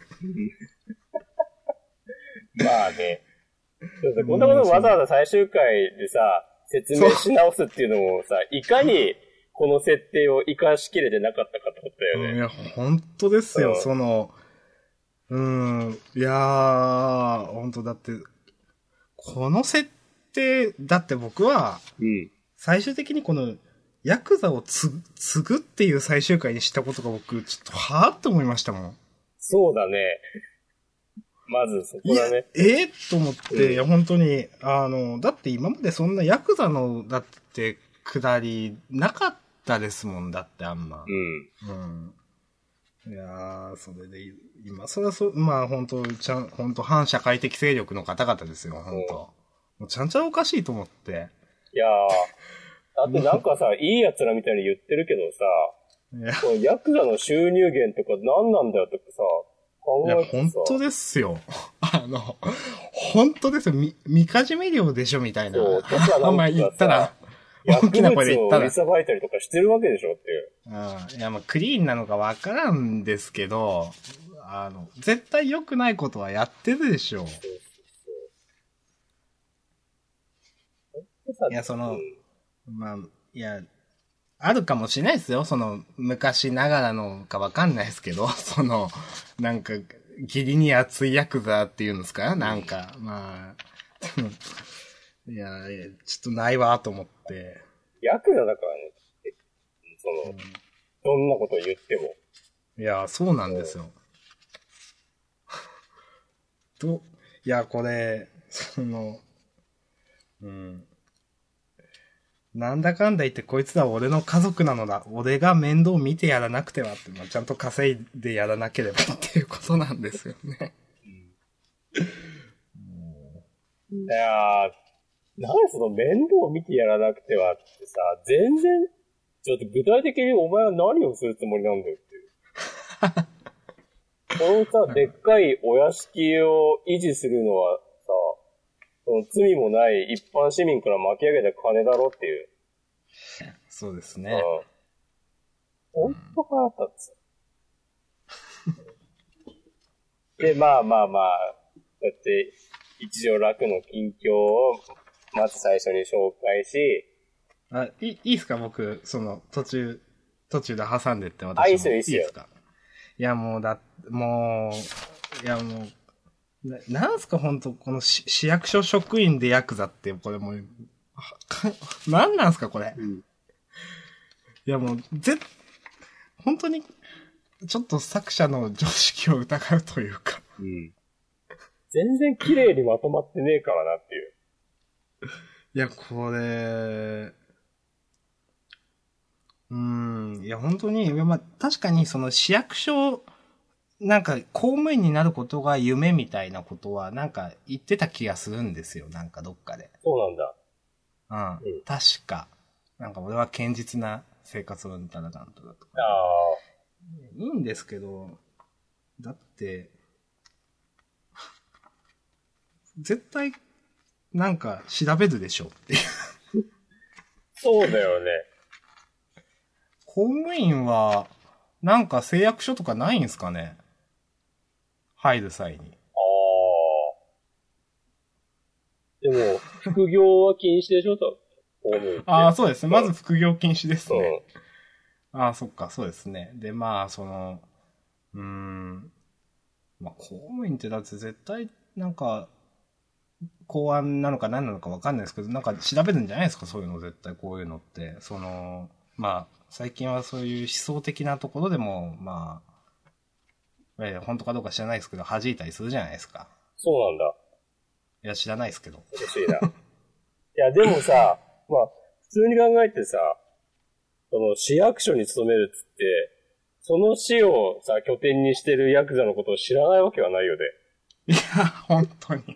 まあね。こんなことわざわざ最終回でさ、説明し直すっていうのもさ、いかにこの設定を活かしきれてなかったかってことだよね。 いや、本当ですよ、いやー、本当だって、この設定、だって僕は、最終的にこの、ヤクザを継ぐっていう最終回にしたことが僕、ちょっと、はぁって思いましたもん。 そうだね。まずそこだね。 と思って、いや、本当に、だって今までそんなヤクザの、だって、くだり、なかったですもんだって、あんま。いやー、それで、今、それはまあ本当反社会的勢力の方々ですよ、本当もうちゃんちゃらおかしいと思って。 いやー、だってなんかさ、いい奴らみたいに言ってるけどさ、ヤクザの収入源とか何なんだよってさ、考えてさ。 いや、本当ですよ。本当ですよ。みかじめ料でしょ、みたいな。 そう、とかなんか言ったら。 大きな声で言ったら。薬物を売りさばいたりとかしてるわけでしょっていう。 いや、まあ、クリーンなのかわからんですけど、絶対良くないことはやってるでしょう。いや、まあ、いや、あるかもしれないですよ。昔ながらのかわかんないですけど、なんか、義理に熱いヤクザっていうんですかなんか、まあ、いや、ちょっとないわと思って。 ヤクザだからね。どんなこと言っても。 いや、そうなんですよ。いや、これ、なんだかんだ言ってこいつら俺の家族なのだ。俺が面倒見てやらなくてはって、ちゃんと稼いでやらなければっていうことなんですよね。 いやー、なんでその面倒見てやらなくてはってさ、全然、ちょっと具体的にお前は何をするつもりなんだよっていう。このさ、でっかいお屋敷を維持するのはさ、 その罪もない一般市民から巻き上げた金だろっていう。 そうですね。 うん。ほんと腹立つ。で、まあ、だって、一条楽の近況を、まず最初に紹介し、 いいですか僕、途中で挟んでって私も。 いいっすよ。 いいですか？いや、もう、いや、もう、なんすか本当この市役所職員でヤクザって、これもう、なんなんすかこれ。 うん、 いや、もう、本当に、ちょっと作者の常識を疑うというか。 うん。全然綺麗にまとまってねえからなっていう。 いや、これ、いや、本当に、まあ、確かにその市役所、なんか公務員になることが夢みたいなことは、なんか言ってた気がするんですよ、なんかどっかで。 そうなんだ。 うん。確か。なんか俺は堅実な生活をただなんとだとか。 ああ。 いいんですけど、だって、絶対、なんか調べるでしょっていう。 そうだよね。 公務員は、なんか誓約書とかないんすかね？入る際に。 ああ。でも、副業は禁止でしょと。 ああ、そうですね。まず副業禁止ですね。 うん、 ああ、そっか、そうですね。で、まあ、まあ、公務員ってだって絶対、なんか、公安なのか何なのかわかんないですけど、なんか調べるんじゃないですか、そういうの絶対こういうのって。まあ、最近はそういう思想的なところでも、まあ、本当かどうか知らないですけど、弾いたりするじゃないですか。 そうなんだ。 いや、知らないですけど。 嬉しいな。いや、でもさ、まあ、普通に考えてさ、その市役所に勤めるっつって、その市をさ、拠点にしてるヤクザのことを知らないわけはないよね。 いや、本当に。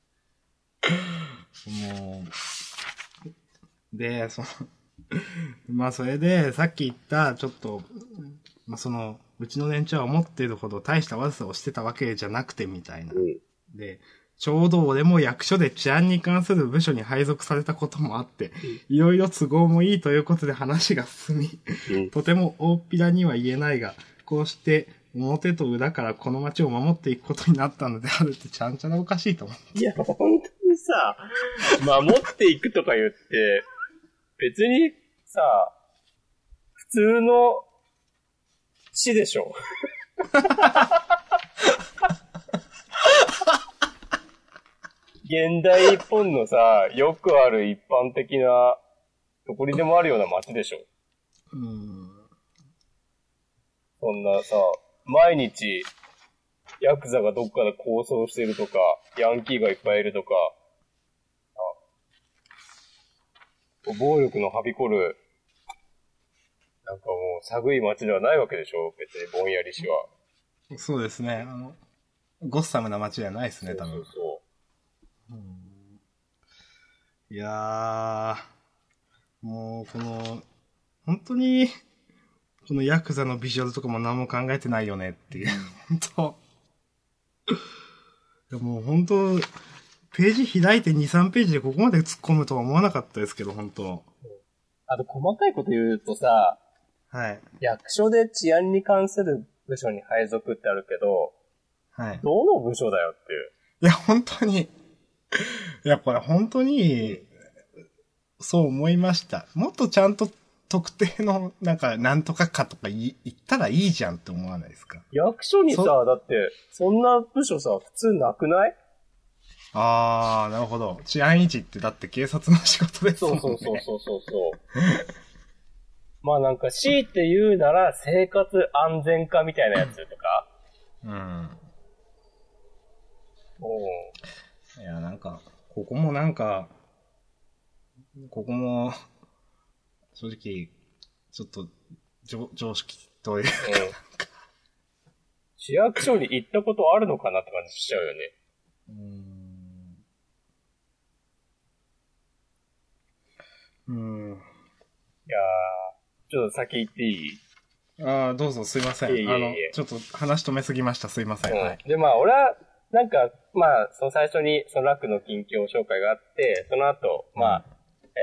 もう、で、まあそれで、さっき言った、ちょっと、まあうちの連中は思っているほど大した悪さをしてたわけじゃなくてみたいな。 うん、 で、ちょうど俺も役所で治安に関する部署に配属されたこともあって、いろいろ都合もいいということで話が進み、とても大っぴらには言えないが、こうして表と裏からこの街を守っていくことになったのであるってちゃんちゃらおかしいと思う。 いや、本当にさ、守っていくとか言って、別にさ、普通の死でしょ。現代日本のさ、よくある一般的な、どこにでもあるような街でしょ。そんなさ、毎日、ヤクザがどっかで抗争してるとか、ヤンキーがいっぱいいるとか、暴力のはびこる、なんかもう、寒い街ではないわけでしょ、別にぼんやりしは。 そうですね。ゴッサムな街ではないですね、多分。 そう。 いやー、もう、本当に、このヤクザのビジュアルとかも何も考えてないよねっていう。本当もう本当、ページ開いて2、3ページでここまで突っ込むとは思わなかったですけど、本当。 あと細かいこと言うとさ、 はい。 役所で治安に関する部署に配属ってあるけど、 はい。 どの部署だよっていう。 いや、本当に。いや、これ本当に、そう思いました。もっとちゃんと特定の、なんとかかとか言ったらいいじゃんって思わないですか？ 役所にさ、だって、そんな部署さ、普通なくない？ あー、なるほど。治安維持ってだって警察の仕事ですもんね。 そう。まあなんか強いて言うなら生活安全課みたいなやつとか。 うん。 おいや、ここも正直、ちょっと、常識というか、 市役所に行ったことあるのかなって感じしちゃうよね。いやー、ちょっと先行っていい？ ああ、どうぞすいません。ちょっと話止めすぎました。すいません。 で、まあ俺は、 なんか、まあ、その最初にその楽の近況紹介があって、その後、まあ、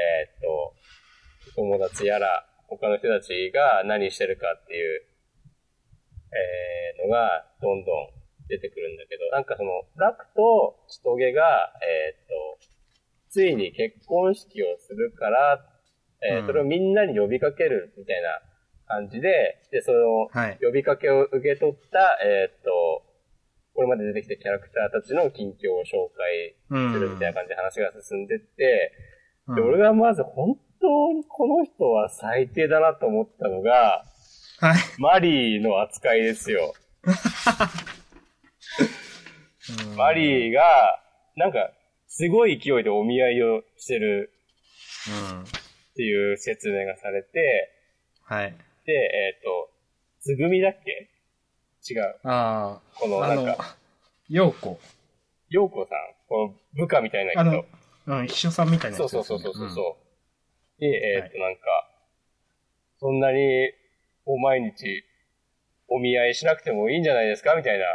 友達やら、他の人たちが何してるかっていう、のが、どんどん出てくるんだけど、なんかその、楽と千トゲが、ついに結婚式をするから、それをみんなに呼びかけるみたいな感じで、で、その、呼びかけを受け取った、これまで出てきたキャラクターたちの近況を紹介するみたいな感じで話が進んでって、で、俺がまず本当にこの人は最低だなと思ったのが、 はい。 マリーの扱いですよ。マリーが、なんか、すごい勢いでお見合いをしてるっていう説明がされて、 はい。 で、つぐみだっけ違う。 ああ。 このなんか、 ようこさん。この部下みたいな人。 秘書さんみたいな人、 そう。で、なんか、そんなに、毎日、お見合いしなくてもいいんじゃないですかみたいな、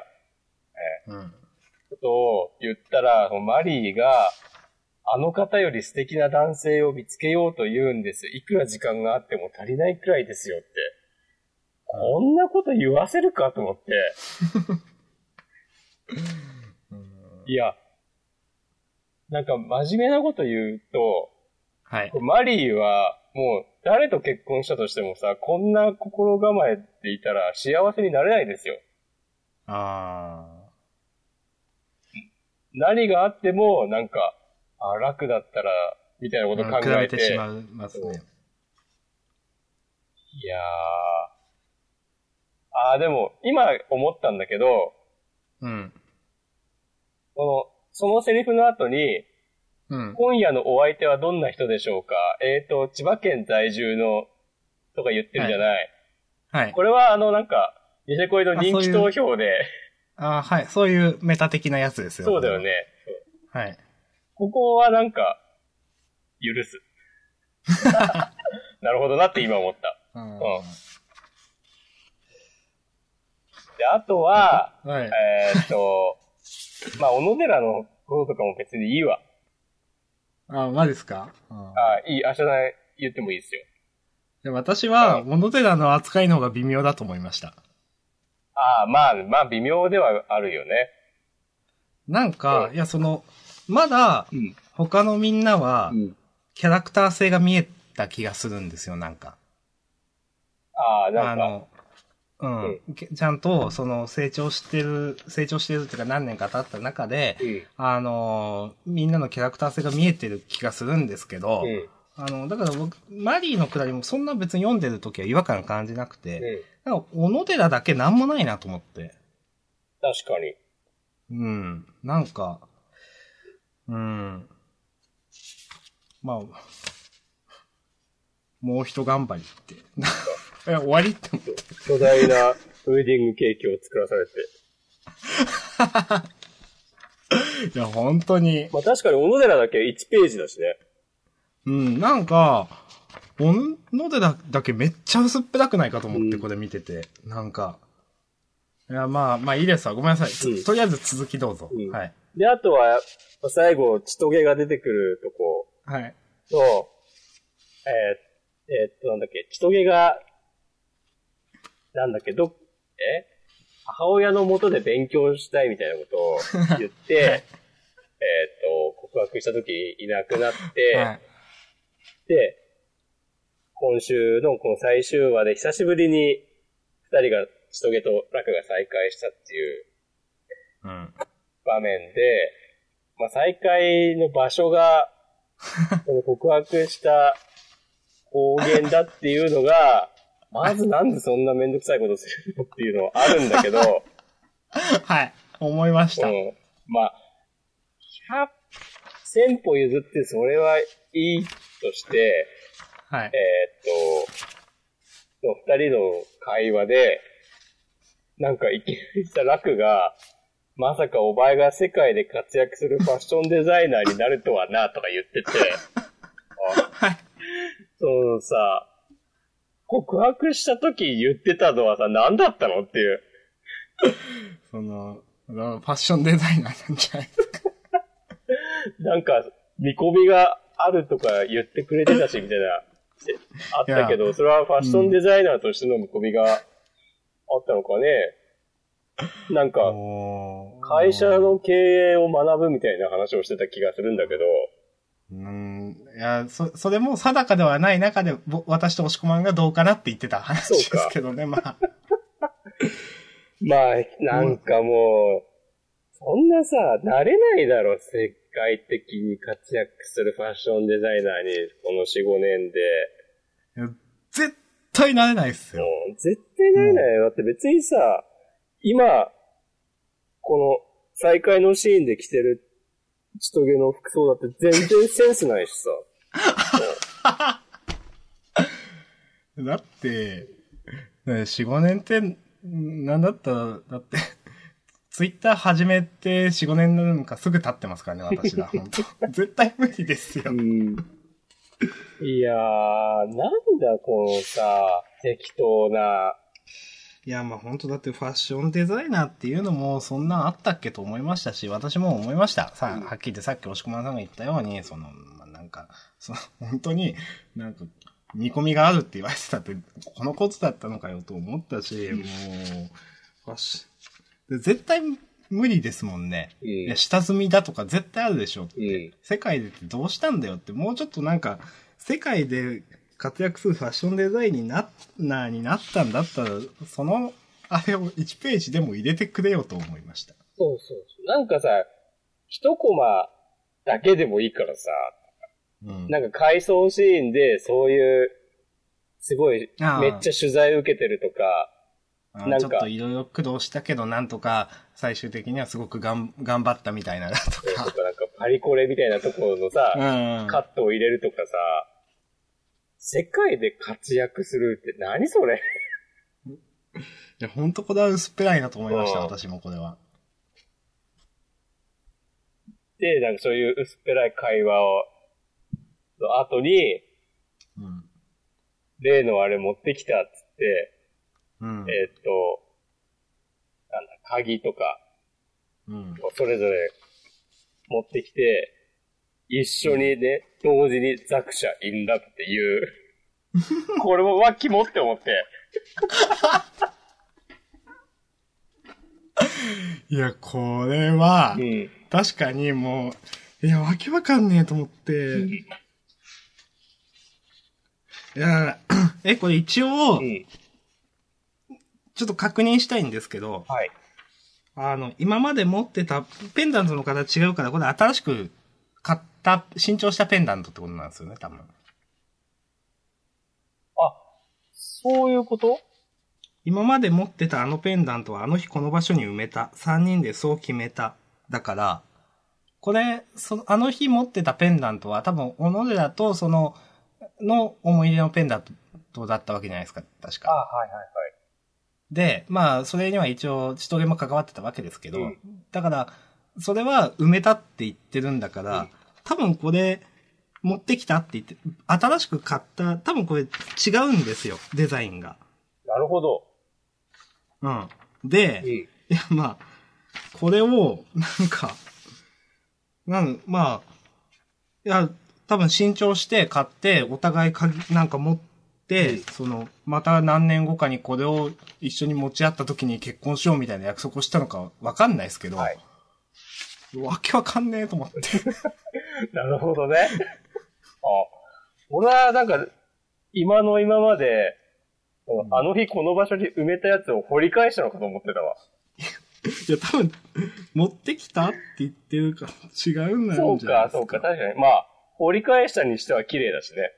ことを言ったら、マリーが、あの方より素敵な男性を見つけようと言うんです。いくら時間があっても足りないくらいですよって。こんなこと言わせるかと思って。いや、なんか真面目なこと言うと、 はい。 マリーはもう誰と結婚したとしてもさ、こんな心構えていたら幸せになれないですよ。何があっても、なんか、楽だったら、みたいなこと考えて。 比べてしまいますね。 いやでも、今思ったんだけど、そのセリフの後に、今夜のお相手はどんな人でしょうか？千葉県在住の、とか言ってるじゃない。 はい。 これはなんか、ニセ恋の人気投票で。 はい。そういうメタ的なやつですよ。 そうだよね。 はい。ここはなんか、許す。なるほどなって今思った。で、あとは、まあ、小野寺のこととかも別にいいわ。 マジですか？ いい。明日言ってもいいですよ。 で、私は、小野寺の扱いの方が微妙だと思いました。 まあ、微妙ではあるよね。 なんか、いや、まだ、他のみんなは、キャラクター性が見えた気がするんですよ、なんか。 なんか。 ちゃんと、成長してるっていうか何年か経った中で、みんなのキャラクター性が見えてる気がするんですけど、だから僕、マリーのくだりもそんな別に読んでる時は違和感感じなくて、なんか、小野寺だけなんもないなと思って。 確かに。 なんか、まあ、もう一頑張りって。終わりって思って。 巨大なウェディングケーキを作らされて。いや、本当に。 まあ確かに小野寺だけ1ページだしね。 なんか、小野寺だけめっちゃ薄っぺらくないかと思って、これ見てて。なんか。いや、まあいいですわ。ごめんなさい。とりあえず続きどうぞ。はい。 で、あとは、最後、千トゲが出てくるとこ。 はい。 なんだっけ、千トゲが、なんだっけ、母親の元で勉強したいみたいなことを言って、はい、告白した時いなくなって、はい、で、今週のこの最終話で久しぶりに二人が千トゲと楽が再会したっていう場面で、まあ、再会の場所が、この告白した高原だっていうのが、まずなんでそんなめんどくさいことするのっていうのはあるんだけど。 はい。思いました。 まあ、1000歩譲ってそれはいいとして、 はい。 二人の会話で、なんかいきなりさ、楽が、まさかお前が世界で活躍するファッションデザイナーになるとはな、とか言ってて。 はい。 さ、告白した時言ってたのはさ、何だったのっていう。 ファッションデザイナーなんじゃないですか。 なんか、見込みがあるとか言ってくれてたし、みたいな、あったけど、それはファッションデザイナーとしての見込みがあったのかね。なんか、会社の経営を学ぶみたいな話をしてた気がするんだけど。 いや、それも定かではない中で、私と押し込まんがどうかなって言ってた話ですけどね、まあ。 まあ、なんかもう、そんなさ、慣れないだろ、世界的に活躍するファッションデザイナーに、この4、5年で。 絶対慣れないっすよ。 絶対慣れないよ。だって別にさ、今、この再会のシーンで着てるちとげの服装だって全然センスないしさ。 だって、4、5年って、なんだったら、だって、ツイッター始めて4、5年なんかすぐ経ってますからね、私が。本当絶対無理ですよ。 いやー、なんだこのさ、適当な。 いや、まあ本当だってファッションデザイナーっていうのもそんなんあったっけと思いましたし、私も思いました。はっきり言ってさっき押し込まさんが言ったように、なんか、本当になんか、見込みがあるって言われてたって、このことだったのかよと思ったし、もう、ファッション、絶対無理ですもんね。いや、下積みだとか絶対あるでしょって。世界でってどうしたんだよって、もうちょっとなんか、世界で活躍するファッションデザイナーになったんだったら、その、あれを1ページでも入れてくれよと思いました。 そうそうそう。なんかさ、一コマだけでもいいからさ、なんか回想シーンでそういう、すごい、めっちゃ取材受けてるとか、 なんかちょっといろいろ苦労したけど、なんとか最終的にはすごく頑張ったみたいなとか。 なんかパリコレみたいなところのさ、カットを入れるとかさ、世界で活躍するって何それいや、ほんとこれは薄っぺらいなと思いました、私もこれは。 で、なんかそういう薄っぺらい会話を、の後に、例のあれ持ってきたっつって、なんだ、鍵とか、それぞれ持ってきて、一緒にね、同時にザクシャインラブっていう、これもわっきもって思って。 いや、これは、確かにもう、いや、わけわかんねえと思って、いや、これ一応、ちょっと確認したいんですけど、今まで持ってたペンダントの形違うから、これ新しく買った、新調したペンダントってことなんですよね、多分。 そういうこと？ 今まで持ってたあのペンダントはあの日この場所に埋めた。3人でそう決めた。だから、これ、あの日持ってたペンダントは多分、小野寺との思い出のペンダントだったわけじゃないですか、確か。で、まあ、それには一応、ちとげも関わってたわけですけど、だから、それは埋めたって言ってるんだから、多分これ、持ってきたって言って、新しく買った、多分これ違うんですよ、デザインが。 なるほど。 で、いや、まあ、これを、まあ、いや、多分新調して買って、お互いなんか持って、また何年後かにこれを一緒に持ち合った時に結婚しようみたいな約束をしたのかわかんないですけど、わけわかんねえと思って。 なるほどね。俺はなんか、今まで、あの日この場所に埋めたやつを掘り返したのかと思ってたわ。 いや、多分、持ってきたって言ってるから違うんなんじゃないですか。 そうか、確かに。まあ、掘り返したにしては綺麗だしね。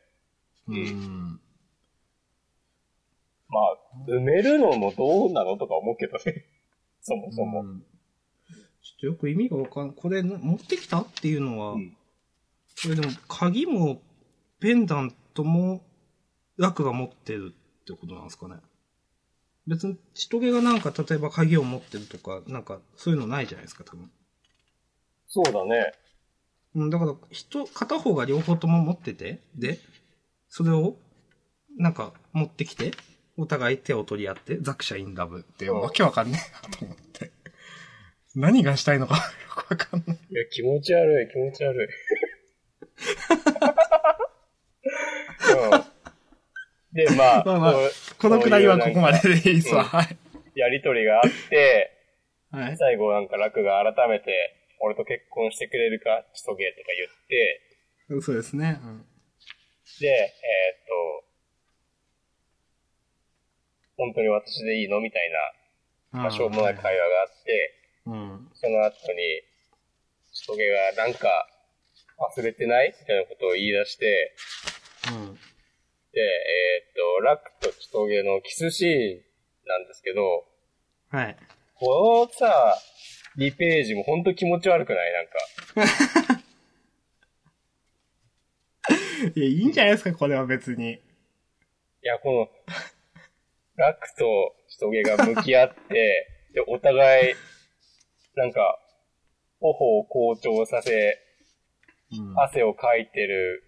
まあ、埋めるのもどうなのとか思うけどね。そもそも。 ちょっとよく意味がわかんない。これ、持ってきたっていうのは、これでも、鍵も、ペンダントも、ラクが持ってるってことなんですかね。別に、ちとげがなんか、例えば鍵を持ってるとか、なんか、そういうのないじゃないですか、多分。 そうだね。 だから、片方が両方とも持ってて、で、それを、なんか、持ってきて、お互い手を取り合って、ザクシャインラブって、わけわかんねえなと思って。 何がしたいのかよくわかんない。 いや、気持ち悪い。うん、で、まあ、 このくらいはここまででいいっすわ。はい。 やりとりがあって、 はい。 最後なんか楽が改めて、俺と結婚してくれるか、しとけとか言って、 そうですね。 で、本当に私でいいのみたいな、まあ、しょうもない会話があって、その後に、しとげがなんか、忘れてないみたいなことを言い出して、で、ラクとちとげのキスシーンなんですけど、 はい。 このさ、2ページもほんと気持ち悪くないなんか。 いや、いいんじゃないですか、これは別に。 いや、この、ラクとちとげが向き合って、で、お互い、なんか、頬を好調させ、汗をかいてる。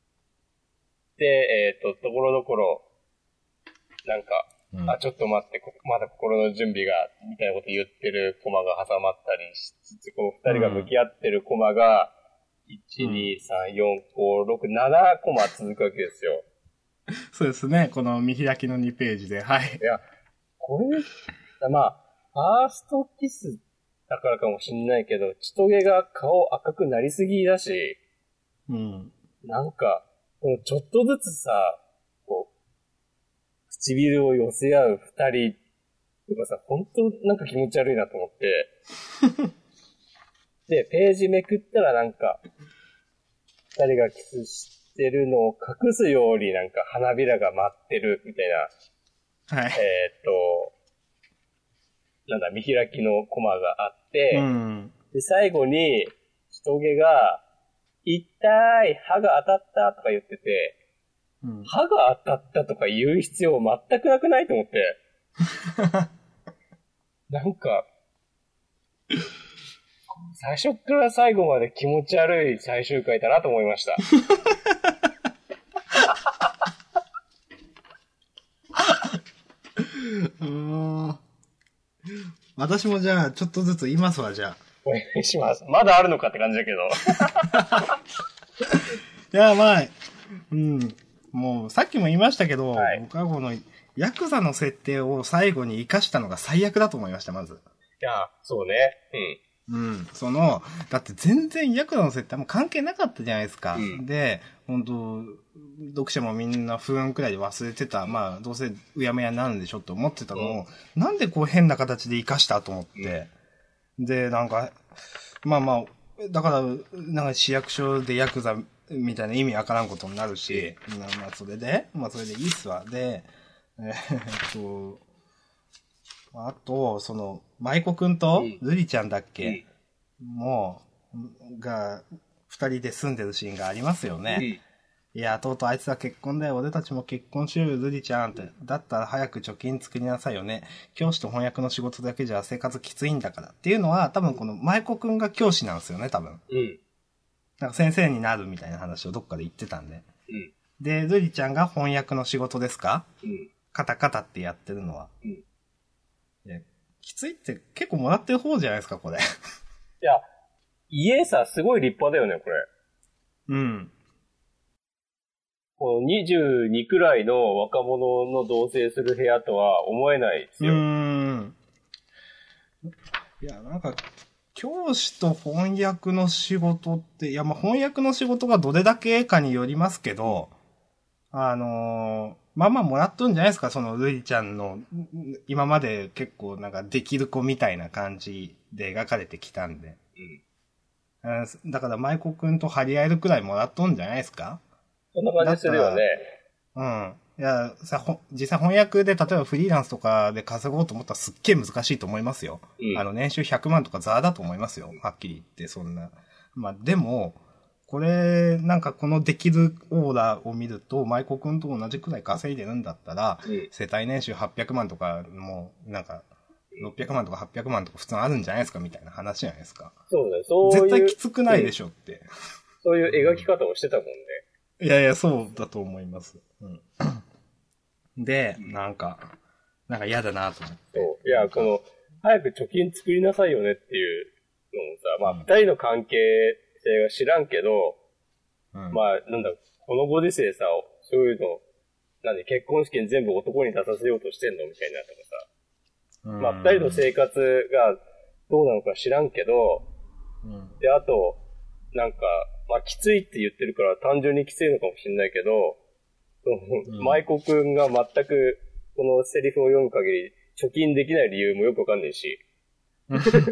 で、ところどころ、なんか、ちょっと待って、まだ心の準備が、みたいなこと言ってるコマが挟まったりしつつ、この二人が向き合ってるコマが、1、2、3、4、5、6、7コマ続くわけですよ。 そうですね、この見開きの2ページで、はい。 いや、これ、まあ、ファーストキスだからかもしんないけど、ちとげが顔赤くなりすぎだし、なんか、このちょっとずつさ、こう、唇を寄せ合う二人とかさ、ほんとなんか気持ち悪いなと思って。で、ページめくったらなんか、二人がキスしてるのを隠すようになんか花びらが舞ってるみたいな、 はい。 なんだ、見開きのコマがあって、で、最後に、ちとげが、痛い、歯が当たったとか言ってて、歯が当たったとか言う必要全くなくないと思って。なんか、最初から最後まで気持ち悪い最終回だなと思いました。 私もじゃあ、ちょっとずつ言いますわ、じゃあ。 お願いします。まだあるのかって感じだけど。 いや、まあ、もう、さっきも言いましたけど、僕はこの、ヤクザの設定を最後に活かしたのが最悪だと思いました、まず。 いや、そうね。 だって全然ヤクザの設定も関係なかったじゃないですか。で、本当読者もみんな不運くらいで忘れてた、まあ、どうせうやむやになるんでしょって思ってたのを、なんでこう変な形で活かしたと思って。で、なんか、まあ、だから、なんか市役所でヤクザみたいな意味わからんことになるし、まあ、それでいいっすわ。で、あと、舞子くんと、ルリちゃんだっけ、二人で住んでるシーンがありますよね。いや、とうとうあいつは結婚だよ。俺たちも結婚しようよ、ルリちゃんって。だったら早く貯金作りなさいよね。教師と翻訳の仕事だけじゃ生活きついんだから。っていうのは、多分この舞子くんが教師なんですよね、多分。なんか先生になるみたいな話をどっかで言ってたんで。で、ルリちゃんが翻訳の仕事ですか？カタカタってやってるのは。きついって結構もらってる方じゃないですか、これ。 いや、家さ、すごい立派だよね、これ。この22くらいの若者の同棲する部屋とは思えないですよ。 いや、なんか、教師と翻訳の仕事って、いや、まあ、翻訳の仕事がどれだけかによりますけど、まあもらっとるんじゃないですか、そのルリちゃんの、今まで結構なんかできる子みたいな感じで描かれてきたんで。だから舞子くんと張り合えるくらいもらっとんじゃないですか？ そんな感じするよね。 いや、実際翻訳で例えばフリーランスとかで稼ごうと思ったらすっげえ難しいと思いますよ。年収100万とかザーだと思いますよ。はっきり言って、そんな。まあでも、これ、なんかこのできるオーラを見ると、舞子くんと同じくらい稼いでるんだったら、世帯年収800万とか、もう、なんか、600万とか800万とか普通あるんじゃないですかみたいな話じゃないですか。 そうだね。そういう。 絶対きつくないでしょって。 そういう描き方をしてたもんね。 いやいや、そうだと思います。で、なんか嫌だなと思って。 そう。いや、この、 早く貯金作りなさいよねっていうのもさ、まあ、二人の関係性が知らんけど、まあ、なんだ、このご時世さ、そういうの、結婚式に全部男に出させようとしてんのみたいなとかさ。まあ、二人の生活がどうなのか知らんけど、で、あと、まあ、きついって言ってるから単純にきついのかもしれないけど、舞子くんが全くこのセリフを読む限り貯金できない理由もよくわかんないし。ま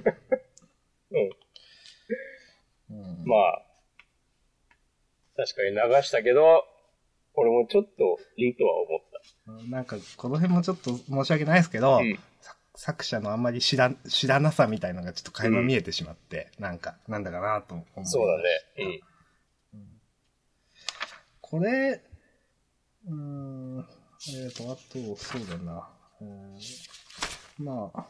あ、確かに流したけど、俺もちょっといいとは思った。 この辺もちょっと申し訳ないですけど、作者のあんまり知らなさみたいなのがちょっと垣間見えてしまって、なんだかなと思う。 そうだね。 これ、あと、そうだな。まあ、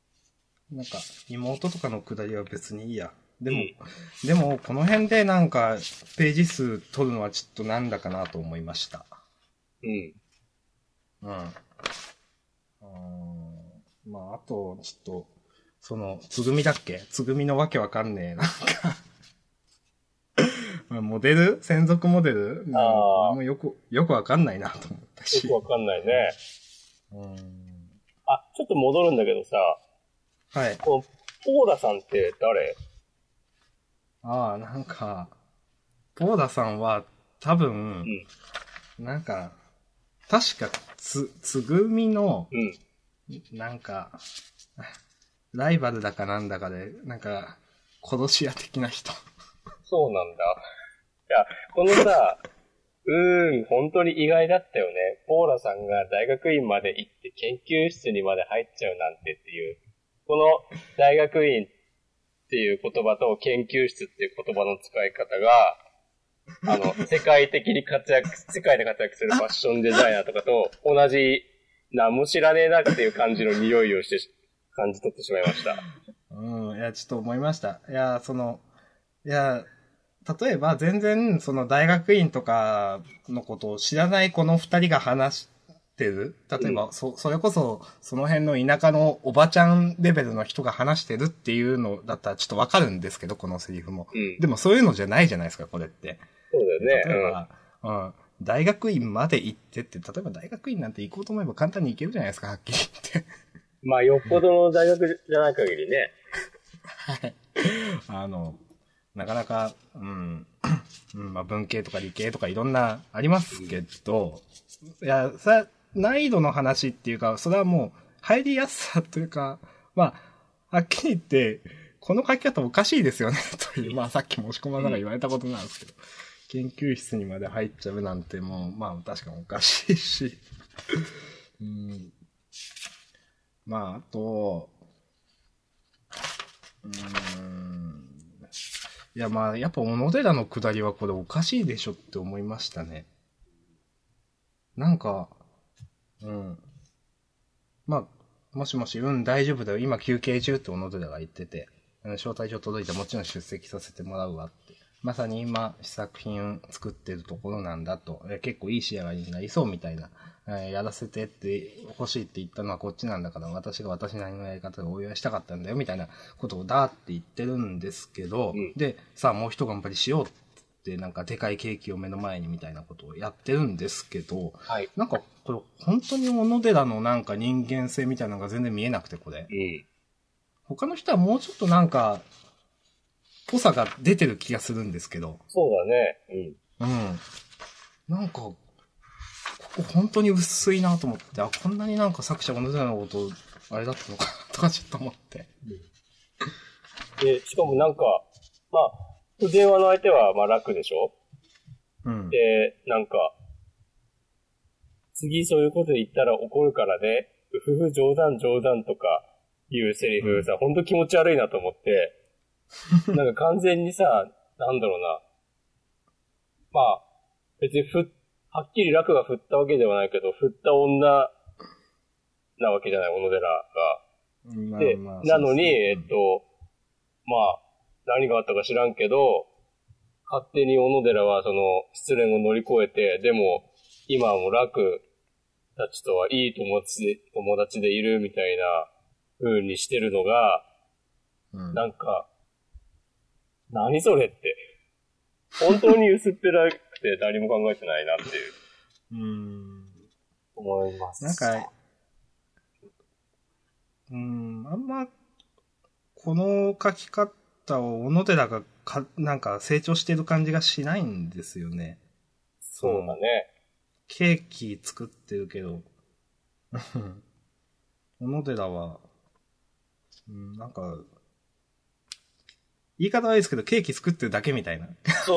妹とかのくだりは別にいいや。でも、この辺でページ数取るのはちょっとなんだかなと思いました。まあ、あと、ちょっと、つぐみだっけ？つぐみのわけわかんねえ、モデル？専属モデル？もうよくわかんないなと思ったし。 よくわかんないね。あ、ちょっと戻るんだけどさ。 はい。 ポーラさんって誰？ ポーラさんは多分、確かつぐみの、ライバルだかなんだかで、殺し屋的な人。 そうなんだ。いや、このさ、本当に意外だったよね。ポーラさんが大学院まで行って研究室にまで入っちゃうなんてっていう。この大学院っていう言葉と研究室っていう言葉の使い方が、世界で活躍するファッションデザイナーとかと同じ、何も知らねえなっていう感じの匂いをして感じ取ってしまいました。 いや、ちょっと思いました。例えば全然大学院とかのことを知らないこの二人が話してる。例えば、それこそその辺の田舎のおばちゃんレベルの人が話してるっていうのだったらちょっとわかるんですけど、このセリフも。でもそういうのじゃないじゃないですか、これって。 そうだよね。 例えば、大学院まで行ってって、例えば大学院なんて行こうと思えば簡単に行けるじゃないですか、はっきり言って。 まあ、よっぽどの大学じゃない限りね。 はい。なかなか、まあ文系とか理系とかいろんなありますけど、難易度の話っていうか、それはもう入りやすさというか、まあ、はっきり言って、この書き方おかしいですよね、という、まあさっきも押し込まさんが言われたことなんですけど、研究室にまで入っちゃうなんてもう、まあ確かにおかしいし、まああと、いや、まあ、やっぱ小野寺の下りはこれおかしいでしょって思いましたね。まあ、もしもし、大丈夫だよ。今休憩中って小野寺が言ってて、招待状届いてもちろん出席させてもらうわって。まさに今、試作品作ってるところなんだと。結構いい仕上がりになりそうみたいな。やらせてって欲しいって言ったのはこっちなんだから、私が私なりのやり方でお祝いしたかったんだよみたいなことをだーって言ってるんですけど、で、さあもう一頑張りしようってでかいケーキを目の前にみたいなことをやってるんですけど、 はい、 これ本当に小野寺の人間性みたいなのが全然見えなくてこれ。他の人はもうちょっとぽさが出てる気がするんですけど。 そうだね。 ここ本当に薄いなと思って、こんなに作者小野寺のこと、あれだったのかなとかちょっと思って。 で、しかもまあ、電話の相手は楽でしょ？で、次そういうこと言ったら怒るからね、冗談とかいうセリフさ、ほんと気持ち悪いなと思って、完全にさ、なんだろうな。まあ、別にはっきり楽が振ったわけではないけど、振った女なわけじゃない、小野寺が。で、なのに、まあ、何があったか知らんけど、勝手に小野寺は失恋を乗り越えて、でも、今はもう楽たちとはいい友達でいるみたいな風にしてるのが、なんか、何それって。本当に薄っぺらくて何も考えてないなっていう。思います。 なんか、あんま、この書き方を小野寺がなんか成長してる感じがしないんですよね。 そうだね。 ケーキ作ってるけど、小野寺は、なんか、言い方はいいですけど、ケーキ作ってるだけみたいな。 そう。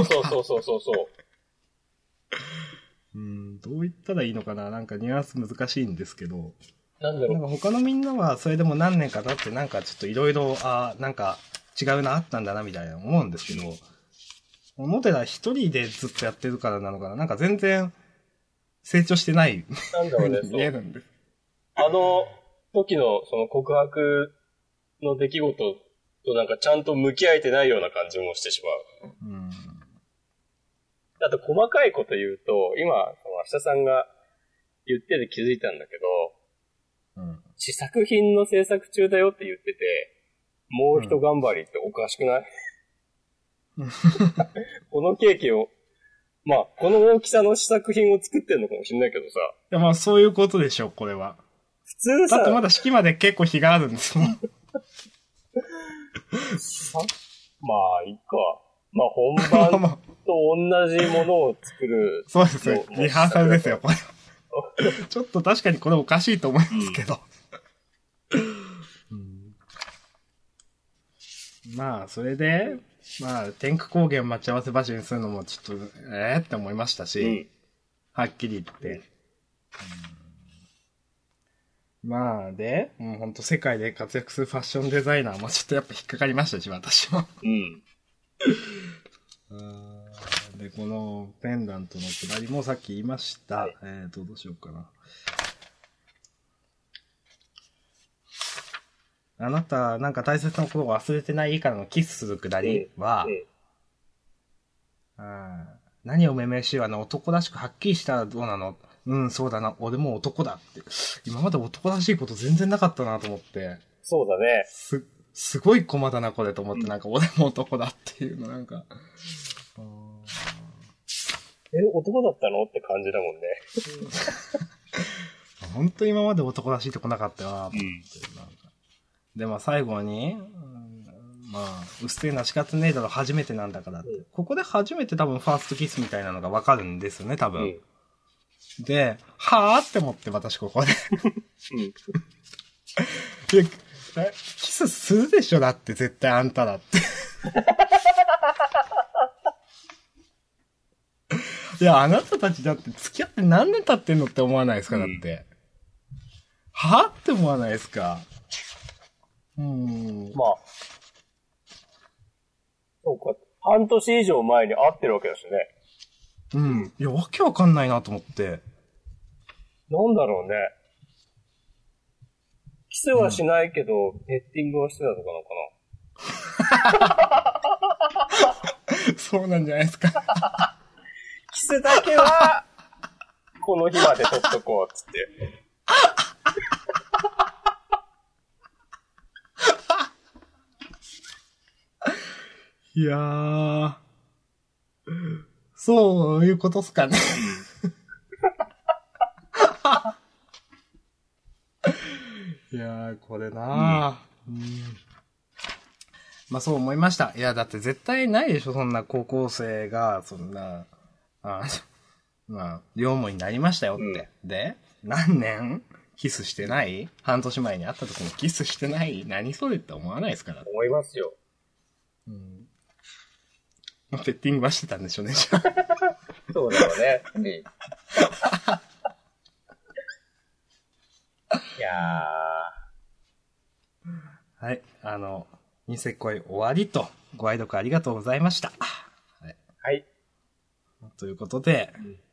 どう言ったらいいのかな、なんかニュアンス難しいんですけど。 なんだろう。 なんか他のみんなはそれでも何年か経ってなんかちょっといろいろ、なんか違うな、あったんだなみたいな思うんですけど、小野寺一人でずっとやってるからなのかな、なんか全然成長してない。 なんだろうね、 見えるんです。 あの時のその告白の出来事となんかちゃんと向き合えてないような感じもしてしまう。あと細かいこと言うと、今、その明日さんが言ってて気づいたんだけど、試作品の制作中だよって言ってて、もう一頑張りっておかしくない、このケーキを、まあ、この大きさの試作品を作ってんのかもしれないけどさ。 いや、まあそういうことでしょ、これは。 普通さ。 だってまだ式まで結構日があるんですもん。 まあ、いいか。まあ、本番と同じものを作る。 そうですよ。リハーサルですよ、これ。ちょっと確かにこれおかしいと思いますけど。まあ、それで、まあ、天空高原待ち合わせ場所にするのもちょっと、って思いましたし、はっきり言って。まあ、で、もうほんと世界で活躍するファッションデザイナーもちょっとやっぱ引っかかりましたし、私も。で、このペンダントのくだりもさっき言いました。どうしようかな。あなた、なんか大切なことを忘れてないからのキスするくだりは、何をめめしいわな、男らしくはっきりしたらどうなの？そうだな、俺も男だって。今まで男らしいこと全然なかったなと思って。 そうだね。 すごい駒だな、これと思って、なんか俺も男だっていうの、なんか。 男だったのって感じだもんね。 本当に今まで男らしいとこなかったよなと思って、なんか。で、まあ最後に、まあ、うっせえな仕方ねえだろ、初めてなんだからって。ここで初めて多分ファーストキスみたいなのがわかるんですよね、多分。で、はぁって思って、私ここで。キスするでしょ、だって絶対あんただって。いや、あなたたちだって付き合って何年経ってんのって思わないですか、だって。はって思わないですか。 まあ。そうか。半年以上前に会ってるわけだしね。 いや、わけわかんないなと思って。 なんだろうね。キスはしないけど、ペッティングはしてたのかな。 そうなんじゃないですか。 キスだけは、この日まで取っとこう、つって。 いやー。そういうことっすかね。いやー、これなまあそう思いました。いや、だって絶対ないでしょ、そんな高校生が、そんな、まあ、両思いになりましたよって。で、何年キスしてない？半年前に会った時にキスしてない？何それって思わないですから。 思いますよ。 ペッティングはしてたんでしょうね、じゃあ。 そうだよね。いやー。はい、ニセ恋終わりと、ご愛読ありがとうございました。はい。 はい。 ということで、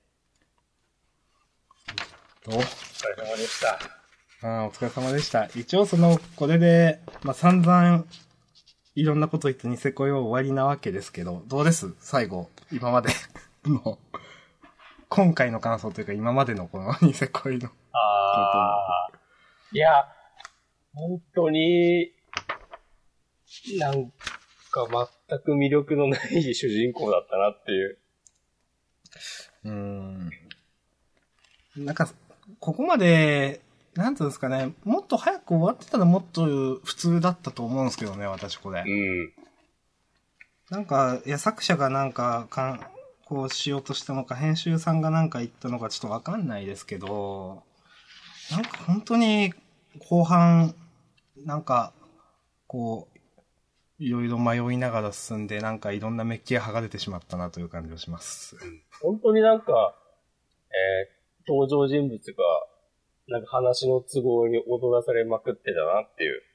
お疲れ様でした。 お疲れ様でした。一応これで、まあ、散々、いろんなこと言ってニセ恋は終わりなわけですけど、どうです最後、今までの、今回の感想というか今までのこのニセ恋の。 いや、 本当に、なんか全く魅力のない主人公だったなっていう。 なんか、ここまで、なんていうんですかね、もっと早く終わってたらもっと普通だったと思うんですけどね、私これ。 うん。 なんか、いや、作者がなんか、こうしようとしたのか、編集さんがなんか言ったのかちょっとわかんないですけど、なんか本当に、後半、なんか、こう、いろいろ迷いながら進んで、なんかいろんなメッキが剥がれてしまったなという感じがします。 本当になんか、登場人物が、なんか話の都合に踊らされまくってたなっていう。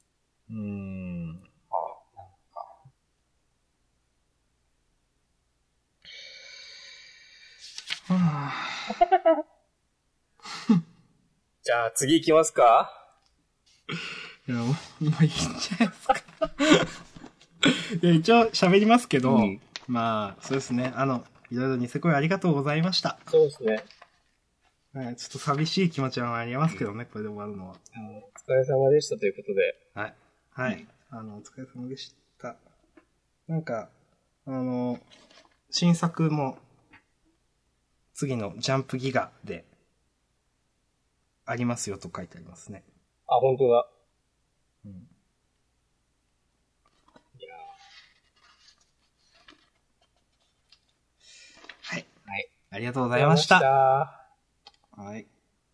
じゃあ次行きますか？ いや、もういいんじゃないですか。いや、一応喋りますけど、まあ、そうですね。いろいろニセ恋ありがとうございました。 そうですね。 はい、ちょっと寂しい気持ちはありますけどね、これで終わるのは。 お疲れ様でしたということで。 はい。はい。お疲れ様でした。なんか、新作も、次のジャンプギガで、ありますよと書いてありますね。 あ、本当だ。いやはい。 はい。 ありがとうございました。はい。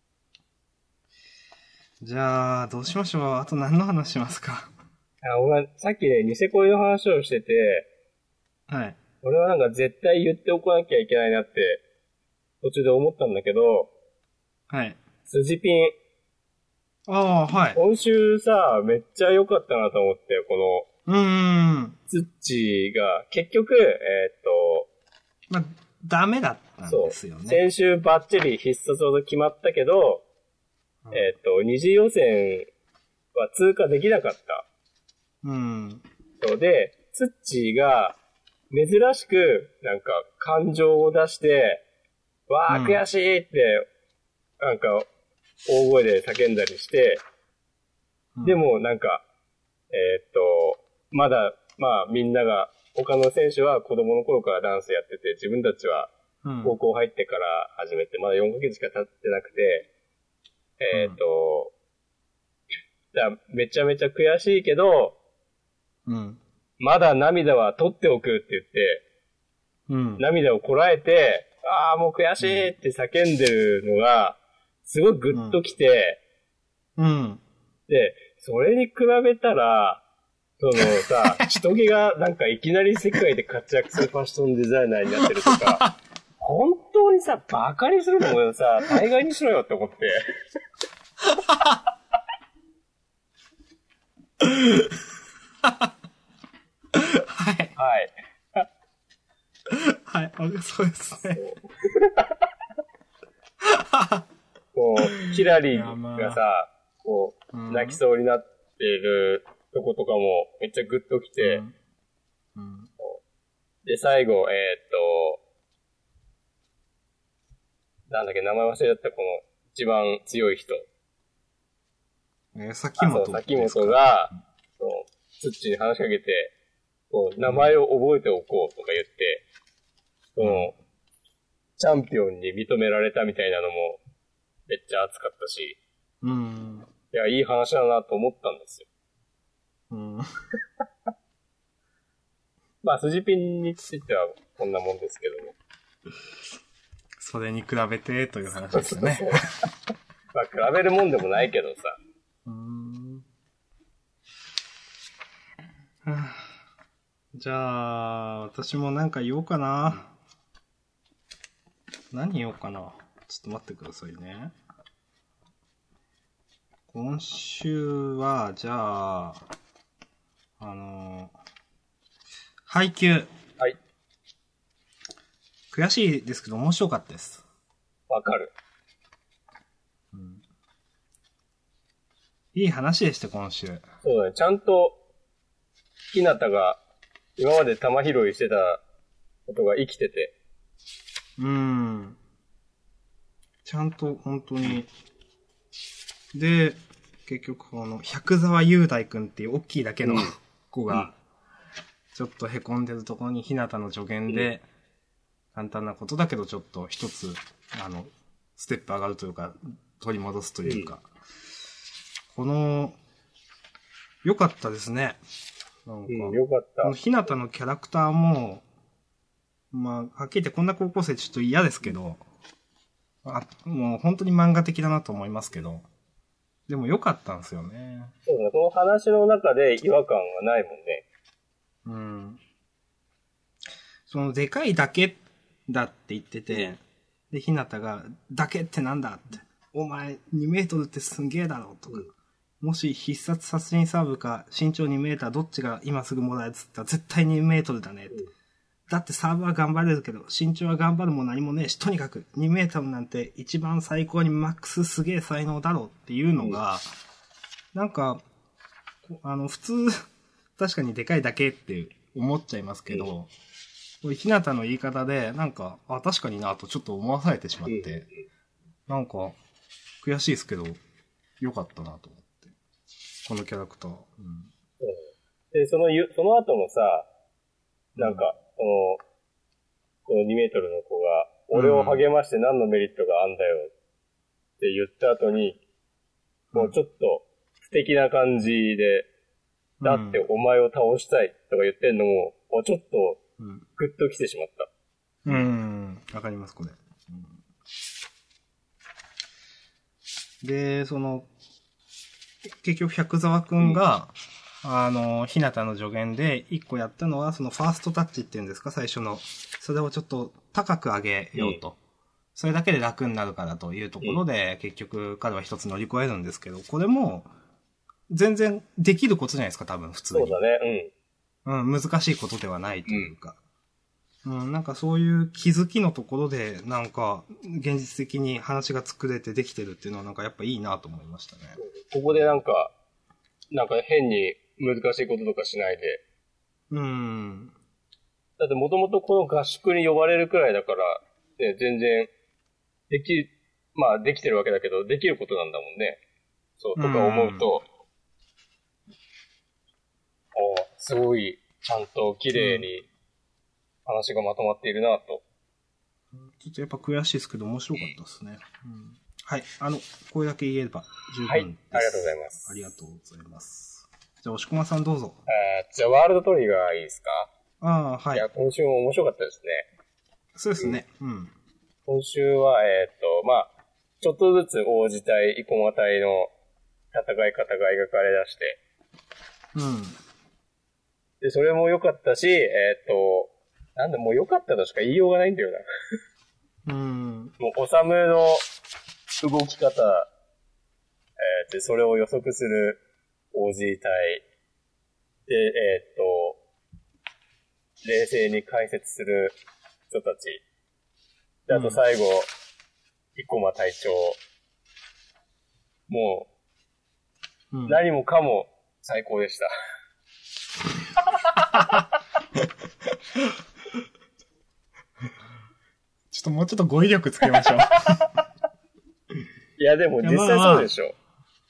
じゃあ、どうしましょう。あと何の話しますか。 俺さっきね、ニセ恋の話をしてて、 はい。 俺はなんか絶対言っておかなきゃいけないなって、途中で思ったんだけど、 はい。 スジピン。 ああ、はい。 今週さ、めっちゃ良かったなと思って、この、ツッチーが、結局、 まあ、ダメだったんですよね。 先週バッチリ必殺技決まったけど、二次予選は通過できなかった。で、ツッチーが、珍しく、なんか、感情を出して、わー、悔しいって、なんか、大声で叫んだりして、でもなんか、まだ、まあみんなが、他の選手は子供の頃からダンスやってて、自分たちは高校入ってから始めて、まだ4ヶ月しか経ってなくて、めちゃめちゃ悔しいけど、まだ涙は取っておくって言って、涙をこらえて、ああ、もう悔しいって叫んでるのが、すごいグッときて、で、それに比べたら、そのさ、人気がなんかいきなり世界で活躍するファッションデザイナーになってるとか、本当にさ、バカにするのもさ、大概にしろよって思って。 はい。 はい。 はい、そうですね。 こう、ヒラリーがさ、こう、泣きそうになっているとことかもめっちゃグッときて、で、最後、なんだっけ、名前忘れちゃった、この、一番強い人。 崎本が、ツッチに話しかけて、こう、名前を覚えておこうとか言って、チャンピオンに認められたみたいなのも、めっちゃ熱かったし、いや、いい話だなと思ったんですよ。まあ、スジピンについてはこんなもんですけども。 それに比べてという話ですよね。 まあ、比べるもんでもないけどさ。 じゃあ、私もなんか言おうかな。何言おうかな。ちょっと待ってくださいね。今週は、じゃあ、配給。 はい。 悔しいですけど面白かったです。 わかる。 いい話でした、今週。 そうだね。ちゃんと、ひなたが、今まで玉拾いしてたことが生きてて。 ちゃんと、本当に。で、 結局この百沢雄大くんっていう大きいだけの子が、ちょっと凹んでるところに日向の助言で、簡単なことだけどちょっと一つ、ステップ上がるというか、取り戻すというか、この、良かったですね。なんか、 よかった。 この日向のキャラクターも、まあ、はっきり言ってこんな高校生ちょっと嫌ですけど、もう本当に漫画的だなと思いますけど、でも良かったんですよね。 そうね、この話の中で違和感はないもんね。 うん。そのでかいだけだって言ってて、で、日向が、だけってなんだって。お前2メートルってすんげえだろとか。もし必殺殺人サーブか身長2メーターどっちが今すぐもらえるっつったら絶対2メートルだねって。だってサーブは頑張れるけど、身長は頑張るも何もねえし、とにかく2メートルなんて一番最高にマックスすげえ才能だろうっていうのが、なんか、普通、確かにでかいだけって思っちゃいますけど、日向の言い方で、なんか、確かになとちょっと思わされてしまって、なんか、悔しいですけど、良かったなと思って。このキャラクター。 で、その後もさ、なんか、この2メートルの子が、俺を励まして何のメリットがあんだよって言った後に、もうちょっと素敵な感じで、だってお前を倒したいとか言ってんのも、ちょっと、グッと来てしまった。 わかります、これ。で、結局百沢くんが、日向の助言で一個やったのは、そのファーストタッチっていうんですか、最初の。それをちょっと高く上げようと。それだけで楽になるからというところで、結局彼は一つ乗り越えるんですけど、これも、全然できることじゃないですか、多分、普通に。 そうだね、 難しいことではないというか。なんかそういう気づきのところで、なんか、現実的に話が作れてできてるっていうのはなんかやっぱいいなと思いましたね。 ここでなんか変に難しいこととかしないで。だってもともとこの合宿に呼ばれるくらいだから、ね、全然、できてるわけだけど、できることなんだもんね。そう、とか思うと、すごい、ちゃんと綺麗に話がまとまっているなと。 ちょっとやっぱ悔しいですけど面白かったですね。はい。これだけ言えれば十分です。 はい。ありがとうございます。 ありがとうございます。じゃあ、押駒さんどうぞ。 じゃあ、ワールドトリガーいいですか？ はい。 いや、今週も面白かったですね。 そうですね。 今週は、ちょっとずつ王子隊、生駒隊の戦い方が描かれ出して。で、それも良かったし、なんでもう良かったとしか言いようがないんだよな。もう、おさむの動き方、で、それを予測する王子隊。で、冷静に解説する人たち。で、あと最後、生駒隊長。もう、何もかも最高でした。 ちょっともうちょっと語彙力つけましょう。 いや、でも実際そうでしょ。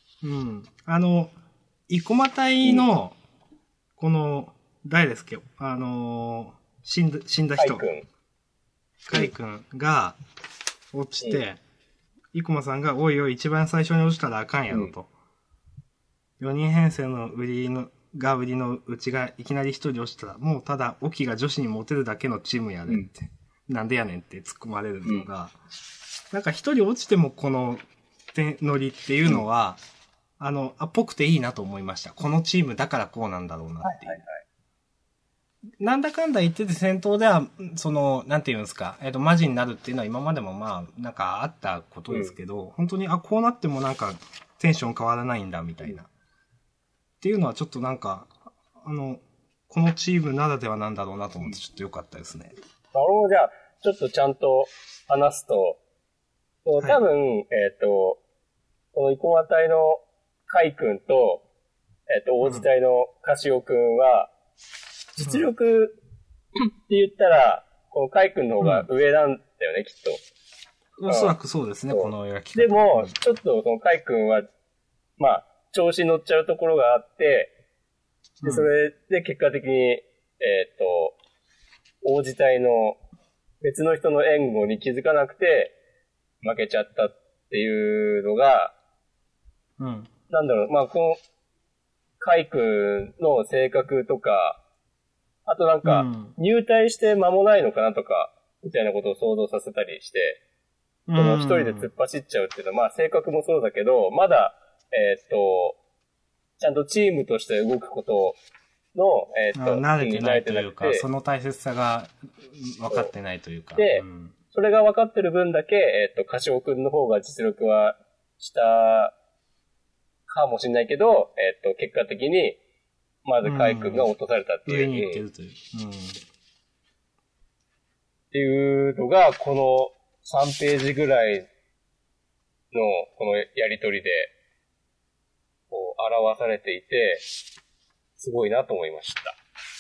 生駒隊の、この、誰ですっけ死んだ人。海君が落ちて、生駒さんが、おいおい、一番最初に落ちたらあかんやろと。4人編成の売りのうちがいきなり一人落ちたら、もうただ、沖が女子にモテるだけのチームやねんって。なんでやねんって突っ込まれるのが、なんか一人落ちてもこのノリっていうのは、っぽくていいなと思いました。このチームだからこうなんだろうなっていう。なんだかんだ言ってて戦闘では、なんていうんですか、マジになるっていうのは今までもなんかあったことですけど、本当に、こうなってもなんかテンション変わらないんだみたいな。っていうのはちょっとなんか、このチームならではなんだろうなと思ってちょっと良かったですね。 俺もじゃあ、ちょっとちゃんと話すと、多分、この生駒隊の海君と、王子隊のカシオ君は、実力って言ったら、この海君の方が上なんだよね、きっと。 おそらくそうですね、この描き方。 でも、ちょっとその海君は、 調子に乗っちゃうところがあって、で、それで結果的に、王子隊の別の人の援護に気づかなくて負けちゃったっていうのが、 うん。 なんだろう、まあ、この、カイ君の性格とか、あとなんか、入隊して間もないのかなとか、みたいなことを想像させたりして、この一人で突っ走っちゃうっていうのは、まあ性格もそうだけど、まだ、ちゃんとチームとして動くことの、 慣れてないというか、その大切さが分かってないというか。 で、それが分かってる分だけ、カシオくんの方が実力はしたかもしれないけど、結果的に、まずカイ君が落とされたっていう。 上に行ってるという。 っていうのが、この3ページぐらいの、このやりとりで、こう、表されていて、すごいなと思いました。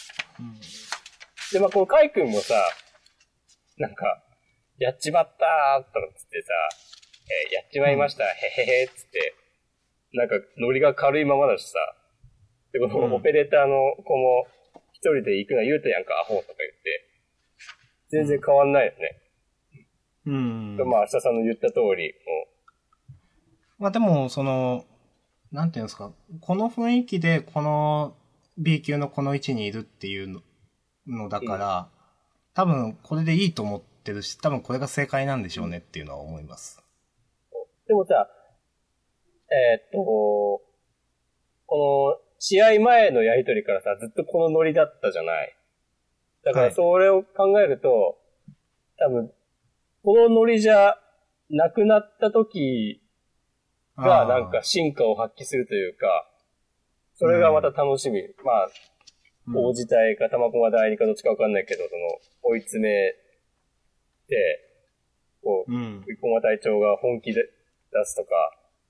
で、まあ、このカイ君もさ、なんか、やっちまったーとかつってさ、やっちまいました、へへへっつって、なんか、ノリが軽いままだしさ、で、このオペレーターの子も、一人で行くな言うてやんか、アホとか言って、全然変わんないよね。まあ、明日さんの言った通り、 まあでも、なんていうんですか、この雰囲気で、この B 級のこの位置にいるっていうのだから、多分これでいいと思ってるし、多分これが正解なんでしょうねっていうのは思います。 でもさ、この試合前のやりとりからさ、ずっとこのノリだったじゃない。だからそれを考えると、多分、このノリじゃなくなった時がなんか進化を発揮するというか、それがまた楽しみ。まあ、王子隊か玉駒第二かどっちかわかんないけど、追い詰めて、こう、生駒隊長が本気で出すとか、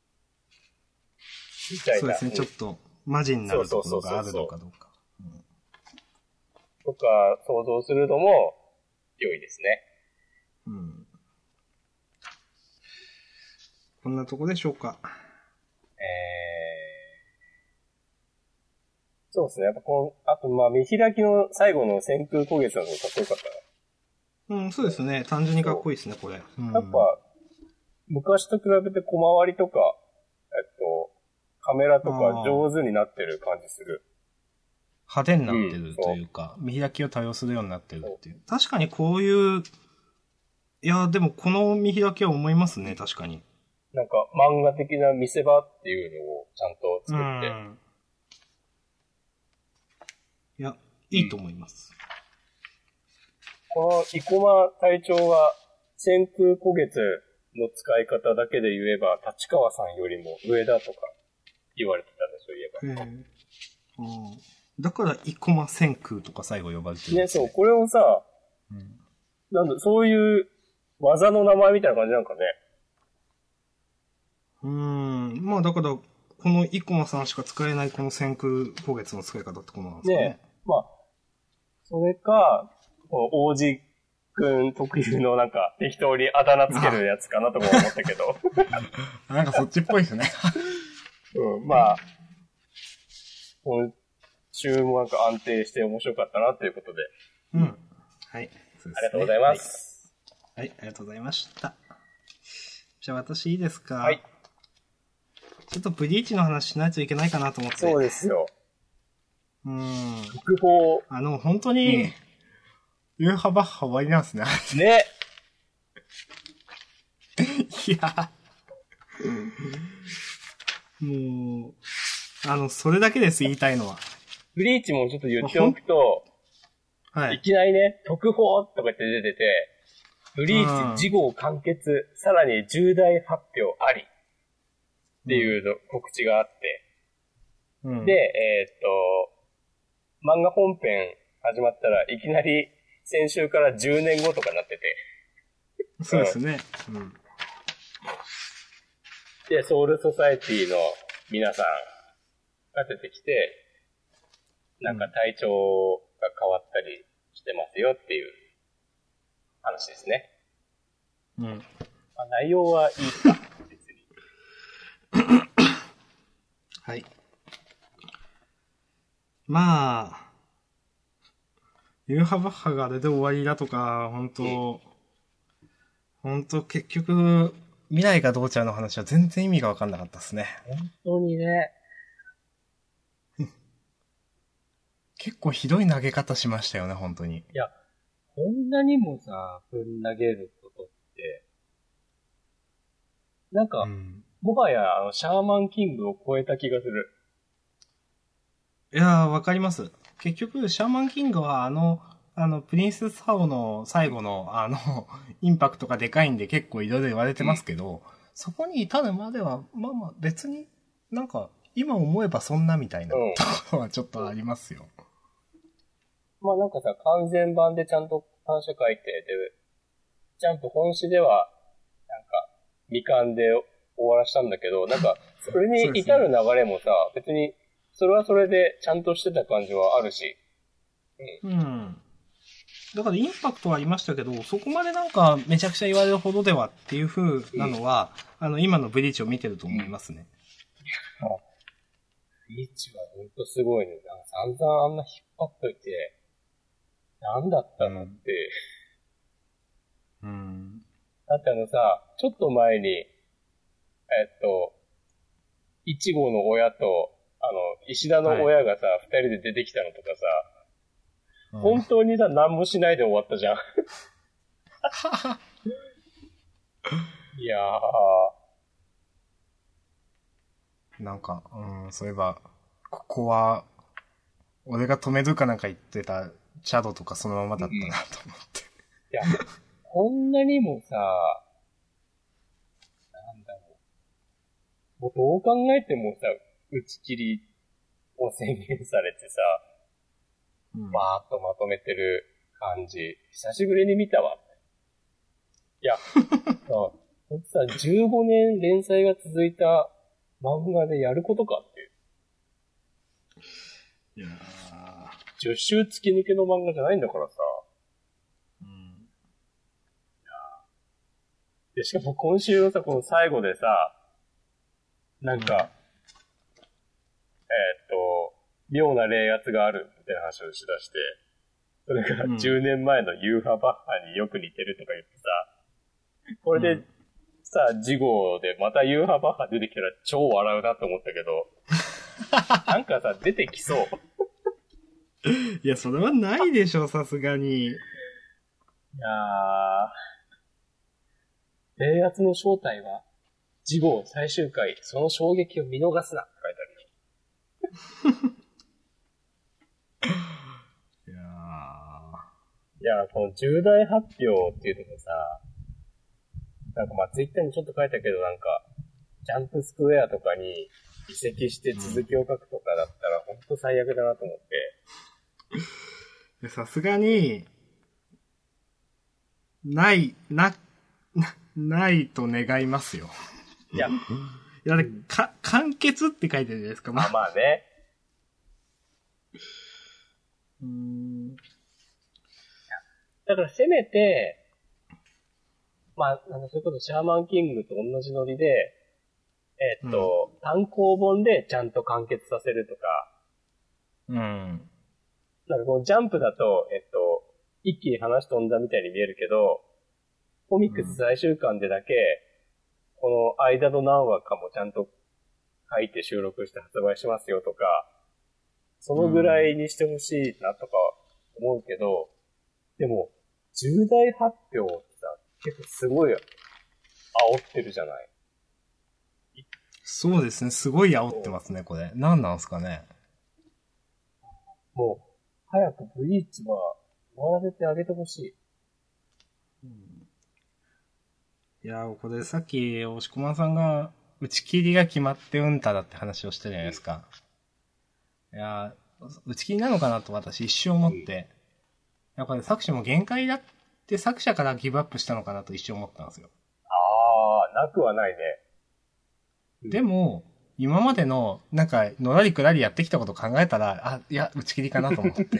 みたいな。 そうですね、ちょっと、マジになるところがあるのかどうか。 とか、想像するのも、良いですね。 こんなとこでしょうか。 そうですね。やっぱあと、まあ、見開きの最後の先空攻撃の方がかっこよかったな。そうですね。単純にかっこいいですね、これ。やっぱ、昔と比べて小回りとか、カメラとか上手になってる感じする。 派手になってるというか、見開きを多用するようになってるっていう。確かにこういう、いや、でもこの見開きは思いますね、確かに。 なんか漫画的な見せ場っていうのをちゃんと作って。 いや、いいと思います。 この生駒隊長は、先空古月の使い方だけで言えば、立川さんよりも上だとか言われてたんで、そういえば。 だから、生駒先空とか最後呼ばれてる、 ね。そう、これをさ、なんだ、そういう技の名前みたいな感じなんかね。 まあだから、この生駒さんしか使えないこの先空古月の使い方ってことなんですかね。 まあ、それか、王子くん特有のなんか適当にあだ名つけるやつかなとか思ったけど。 なんかそっちっぽいですね。 まあ、今週もなんか安定して面白かったなということで。 はい。 ありがとうございます。 はい、ありがとうございました。じゃあ私いいですか？ はい。 ちょっとブリーチの話しないといけないかなと思って。 そうですよ。 特報。 本当に、ユーハバッハ終わりなんですね。 ね。 いや。もう、それだけです、言いたいのは。 ブリーチもちょっと言っておくと、いきなりね、特報とかって出てて、ブリーチ事後完結、さらに重大発表ありっていうの、告知があって、で、漫画本編始まったらいきなり先週から10年後とかになってて。 そうですね。 で、ソウルソサエティの皆さんが出てきて、なんか体調が変わったりしてますよっていう話ですね。まあ、内容はいいか、別に。 はい。まあ、ユーハバッハがあれで終わりだとか、本当結局、未来がどうちゃうの話は全然意味がわかんなかったですね。 本当にね。 結構ひどい投げ方しましたよね、本当に。 いや、こんなにもさ、ぶん投げることって、なんか、もはやシャーマンキングを超えた気がする。 いやー、わかります。結局、シャーマンキングはプリンセスハオの最後の、インパクトがでかいんで結構いろいろ言われてますけど、そこに至るまでは、まあまあ別になんか、今思えばそんなみたいなところはちょっとありますよ。 まあなんかさ、完全版でちゃんと単書書いて、で、ジャンプ本誌では、なんか、未完で終わらしたんだけど、なんか、それに至る流れもさ、別に、それはそれでちゃんとしてた感じはあるし。 うん。だからインパクトはありましたけど、そこまでなんかめちゃくちゃ言われるほどではっていう風なのは、今のブリーチを見てると思いますね。 ブリーチはほんとすごいね。なんか散々あんな引っ張っといて、なんだったのって。 うん。 だってさ、ちょっと前に、イチゴの親と、石田の親がさ、二人で出てきたのとかさ、本当にさ、何もしないで終わったじゃん。いやー。なんか、そういえば、ここは、俺が止めるかなんか言ってたチャドとかそのままだったなと思って。 いや、こんなにもさ、なんだろう。もうどう考えてもさ、打ち切りを宣言されてさ、バーっとまとめてる感じ。久しぶりに見たわ。いや、ほんとさ、15年連載が続いた漫画でやることかっていう。 いや 10週突き抜けの漫画じゃないんだからさ。で、しかも今週のさ、この最後でさ、なんか、妙な冷圧があるみたいな話をしだして、それが10年前のユーハバッハによく似てるとか言ってさ、これでさ、次号でまたユーハバッハ出てきたら超笑うなと思ったけど、なんかさ、出てきそう。 いや、それはないでしょ、さすがに。いやー、冷圧の正体は、次号最終回、その衝撃を見逃すなって書いてあるよ。いや、この重大発表っていうのもさ、なんかまあツイッターにちょっと書いたけどなんか、ジャンプスクエアとかに移籍して続きを書くとかだったらほんと最悪だなと思って。 さすがに、ないと願いますよ。 いや、 だって完結って書いてるじゃないですか。 まあね。だからせめて、まあ、それこそシャーマンキングと同じノリで、単行本でちゃんと完結させるとか。なんかこのジャンプだと、一気に話飛んだみたいに見えるけど、コミックス最終巻でだけ、この間の何話かもちゃんと書いて収録して発売しますよとか、そのぐらいにしてほしいなとか思うけど、でも、重大発表ってさ、結構すごい煽ってるじゃない。 そうですね、すごい煽ってますね、これ。何なんすかね。 もう、早くブリーチは終わらせてあげてほしい。 いや、これさっき、押しこまさんが、打ち切りが決まってうんただって話をしたじゃないですか。いや、打ち切りなのかなと私一瞬思って、やっぱり作者も限界だって作者からギブアップしたのかなと一瞬思ったんですよ。 なくはないね。 でも、今までの、なんか、のらりくらりやってきたことを考えたら、いや、打ち切りかなと思って。い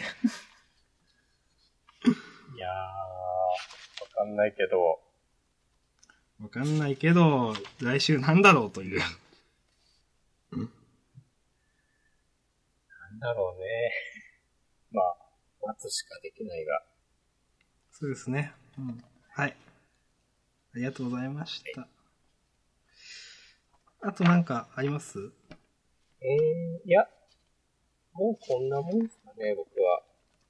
やー、わかんないけど。 わかんないけど、来週なんだろうという。 なんだろうね。まあ、待つしかできないが。 そうですね。うん。はい。ありがとうございました。あとなんかあります？ いや、もうこんなもんですかね、僕は。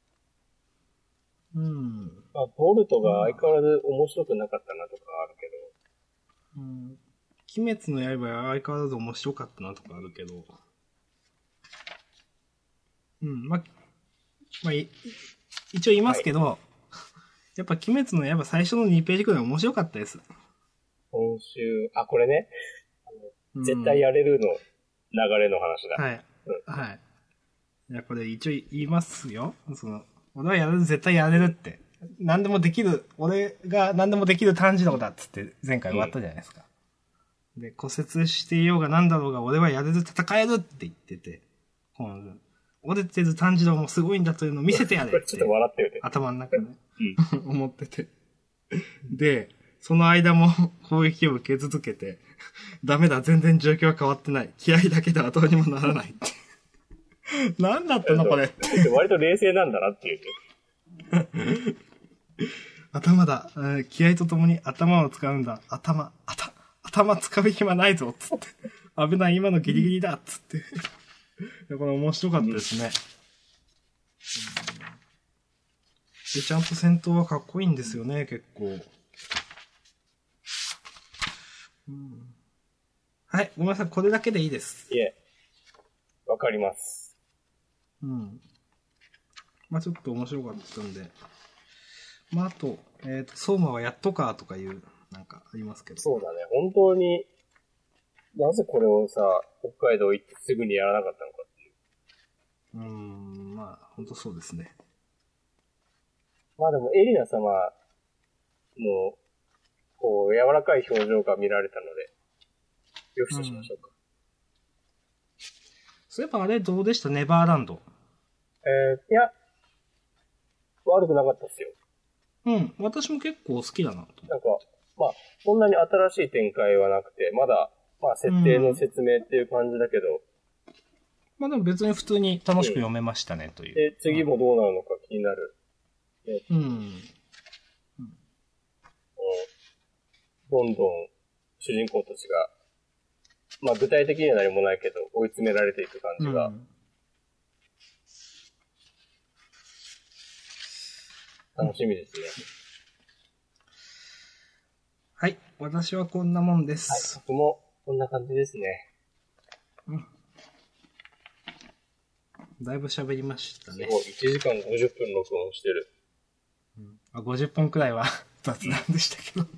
うん。 まあ、ボルトが相変わらず面白くなかったなとかあるけうん。鬼滅の刃は相変わらず面白かったなとかあるけど。うん。まあ、一応言いますけど、やっぱ鬼滅の刃最初の2ページくらい面白かったです。 ど、今週、これね、 うん、 絶対やれるの流れの話だ。 はい。はい。いや、これ一応言いますよ。俺はやれる、絶対やれるって。何でもできる、俺が何でもできる炭治郎だっつって前回終わったじゃないですか。で、骨折していようが何だろうが俺はやれる、戦えるって言ってて、折れてる炭治郎もすごいんだというのを見せてやれって。 ちょっと笑ってるね。 頭の中で、思ってて。で、その間も攻撃を受け続けて、ダメだ、全然状況は変わってない。気合だけではどうにもならないって。何だったのこれって。 割と冷静なんだなっていう。 頭だ。気合とともに頭を使うんだ。頭使う暇ないぞ、つって。危ない、今のギリギリだ、つって。これ面白かったですね。で、ちゃんと戦闘はかっこいいんですよね、結構。はい、ごめんなさい、これだけでいいです。 いえ。わかります。 うん。まあちょっと面白かったんで。まああと、相馬はやっとかとかいう、なんかありますけど。 そうだね、本当に、なぜこれをさ、北海道行ってすぐにやらなかったのかっていう。 まあ本当そうですね。 まあでも、エリナ様の、こう、柔らかい表情が見られたので、よしとしましょうか。 そういえばあれどうでしたネバーランド。 いや、悪くなかったっすよ。 うん、私も結構好きだなと。 なんか、まあ、そんなに新しい展開はなくて、まだ、まあ、設定の説明っていう感じだけど、 まあでも別に普通に楽しく読めましたね、という。 で、次もどうなるのか気になる。どんどん主人公たちが、まあ具体的には何もないけど、追い詰められていく感じが、楽しみですね。 はい。私はこんなもんではい。 す。 僕もこんな感じですね。 だいぶ喋りましたね。 すごい。1時間50分録音してる。 50分くらいは雑談でしたけど。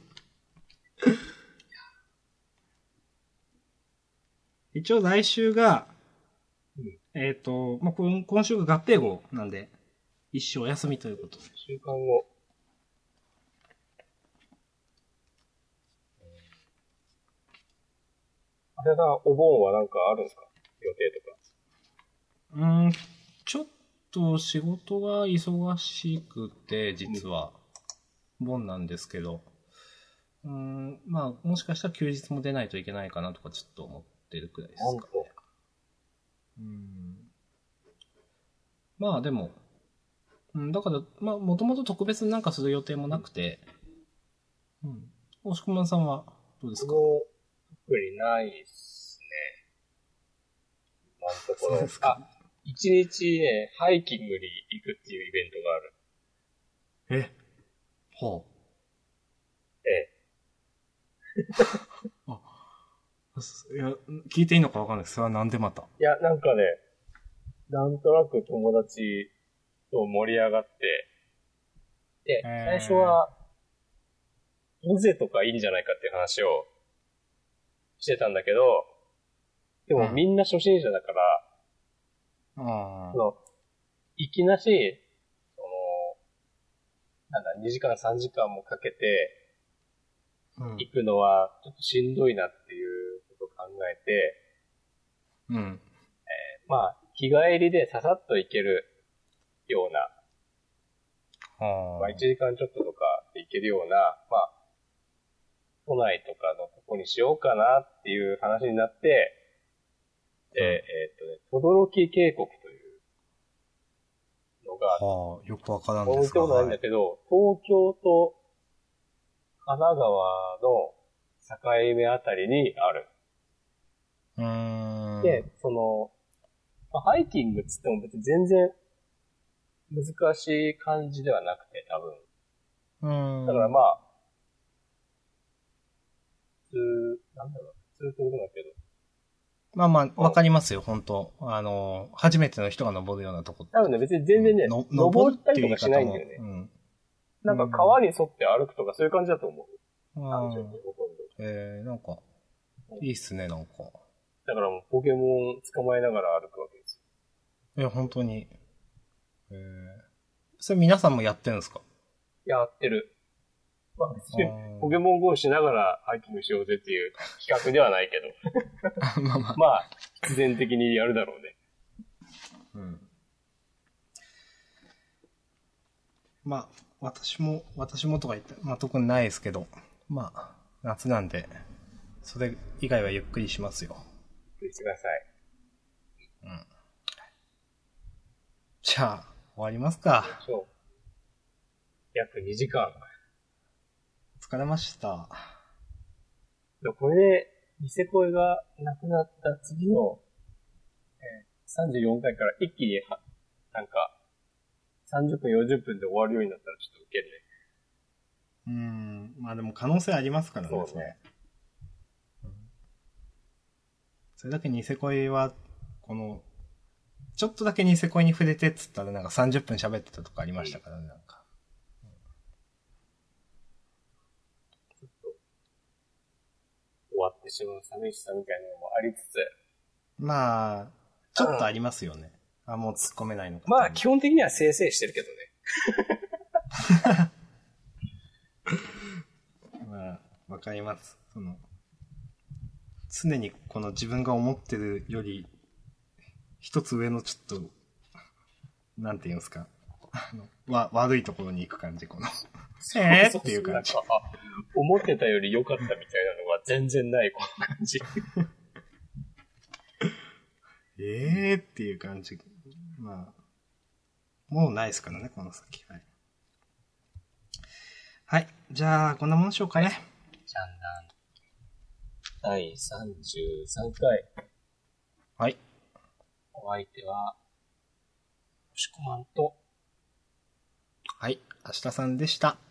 一応来週が、まあ、今週が合併号なんで、一生お休みということで。 週間後。あれだ、お盆はなんかあるんですか？予定とか。 ちょっと仕事が忙しくて、実は、盆なんですけど、まあ、もしかしたら休日も出ないといけないかなとかちょっと思ってるくらいですかね。まあでも、だから、まあ、もともと特別になんかする予定もなくて、押し込まんさんはどうですか？ もう、特にないっすね。今のところ。 そうですか。 一日ね、ハイキングに行くっていうイベントがある。 ほう。いや、聞いていいのかわかんないです。それはなんでまた。 いや、なんかね、なんとなく友達と盛り上がって、で、最初は、尾瀬とかいいんじゃないかっていう話をしてたんだけど、でもみんな初心者だから、いきなし、2時間3時間もかけて、行くのはちょっとしんどいなっていうことを考えて、まあ、日帰りでささっと行けるような、まあ1時間ちょっととかで行けるような、まあ、都内とかのとこにしようかなっていう話になって、轟渓谷というが、 はあ、よくわからん俺もですが。 行ったことないんだけど、東京と神奈川の境目あたりにある。で、まあハイキングっつっても別に全然難しい感じではなくて、多分。だからまあ、なんだろう、普通ってことだけど。 まあまあ、わかりますよ、本当初めての人が登るようなとこ。 多分ね、別に全然ね、登ったりとかしないんだよね。 うん。 なんか川に沿って歩くとかそういう感じだと思う。 単純にほとんど。なんか、いいっすね、なんか。 だからもうポケモン捕まえながら歩くわけですよ。本当に。それ皆さんもやってるんですか？ やってる。まあ別にポケモン GO しながらハイキングしようぜっていう企画ではないけど。 まあまあ。 まあ、必然的にやるだろうね。 うん。まあ、私もとか言って、まあ特にないですけど、まあ、夏なんで、それ以外はゆっくりしますよ。 ゆっくりしてください。 うん。じゃあ、終わりますか。 約2時間。 疲れました。 これで、ニセ恋がなくなった次の、34回から一気になんか、30分、40分で終わるようになったらちょっとウケるね。まあでも可能性ありますからね。 そうね。 それだけニセ恋は、ちょっとだけニセ恋に触れてっつったらなんか30分喋ってたとかありましたからね、なんか。 ちょっと、終わってしまう寂しさみたいなのもありつつ。 まあ、ちょっとありますよね。もう突っ込めないのか。 まあ、基本的にはせいせいしてるけどね。まあ、わかります。常にこの自分が思ってるより、一つ上のちょっと、なんて言うんですか。悪いところに行く感じ、っていう感じ。 思ってたより良かったみたいなのが全然ない、この感じ。 っていう感じ。まあ、もうないですからね、この先。はい。はい。じゃあ、こんなもんでしょうかね。 じゃんだん。第33回。 はい。 お相手は、もしこまんと、 はい。明日さんでした。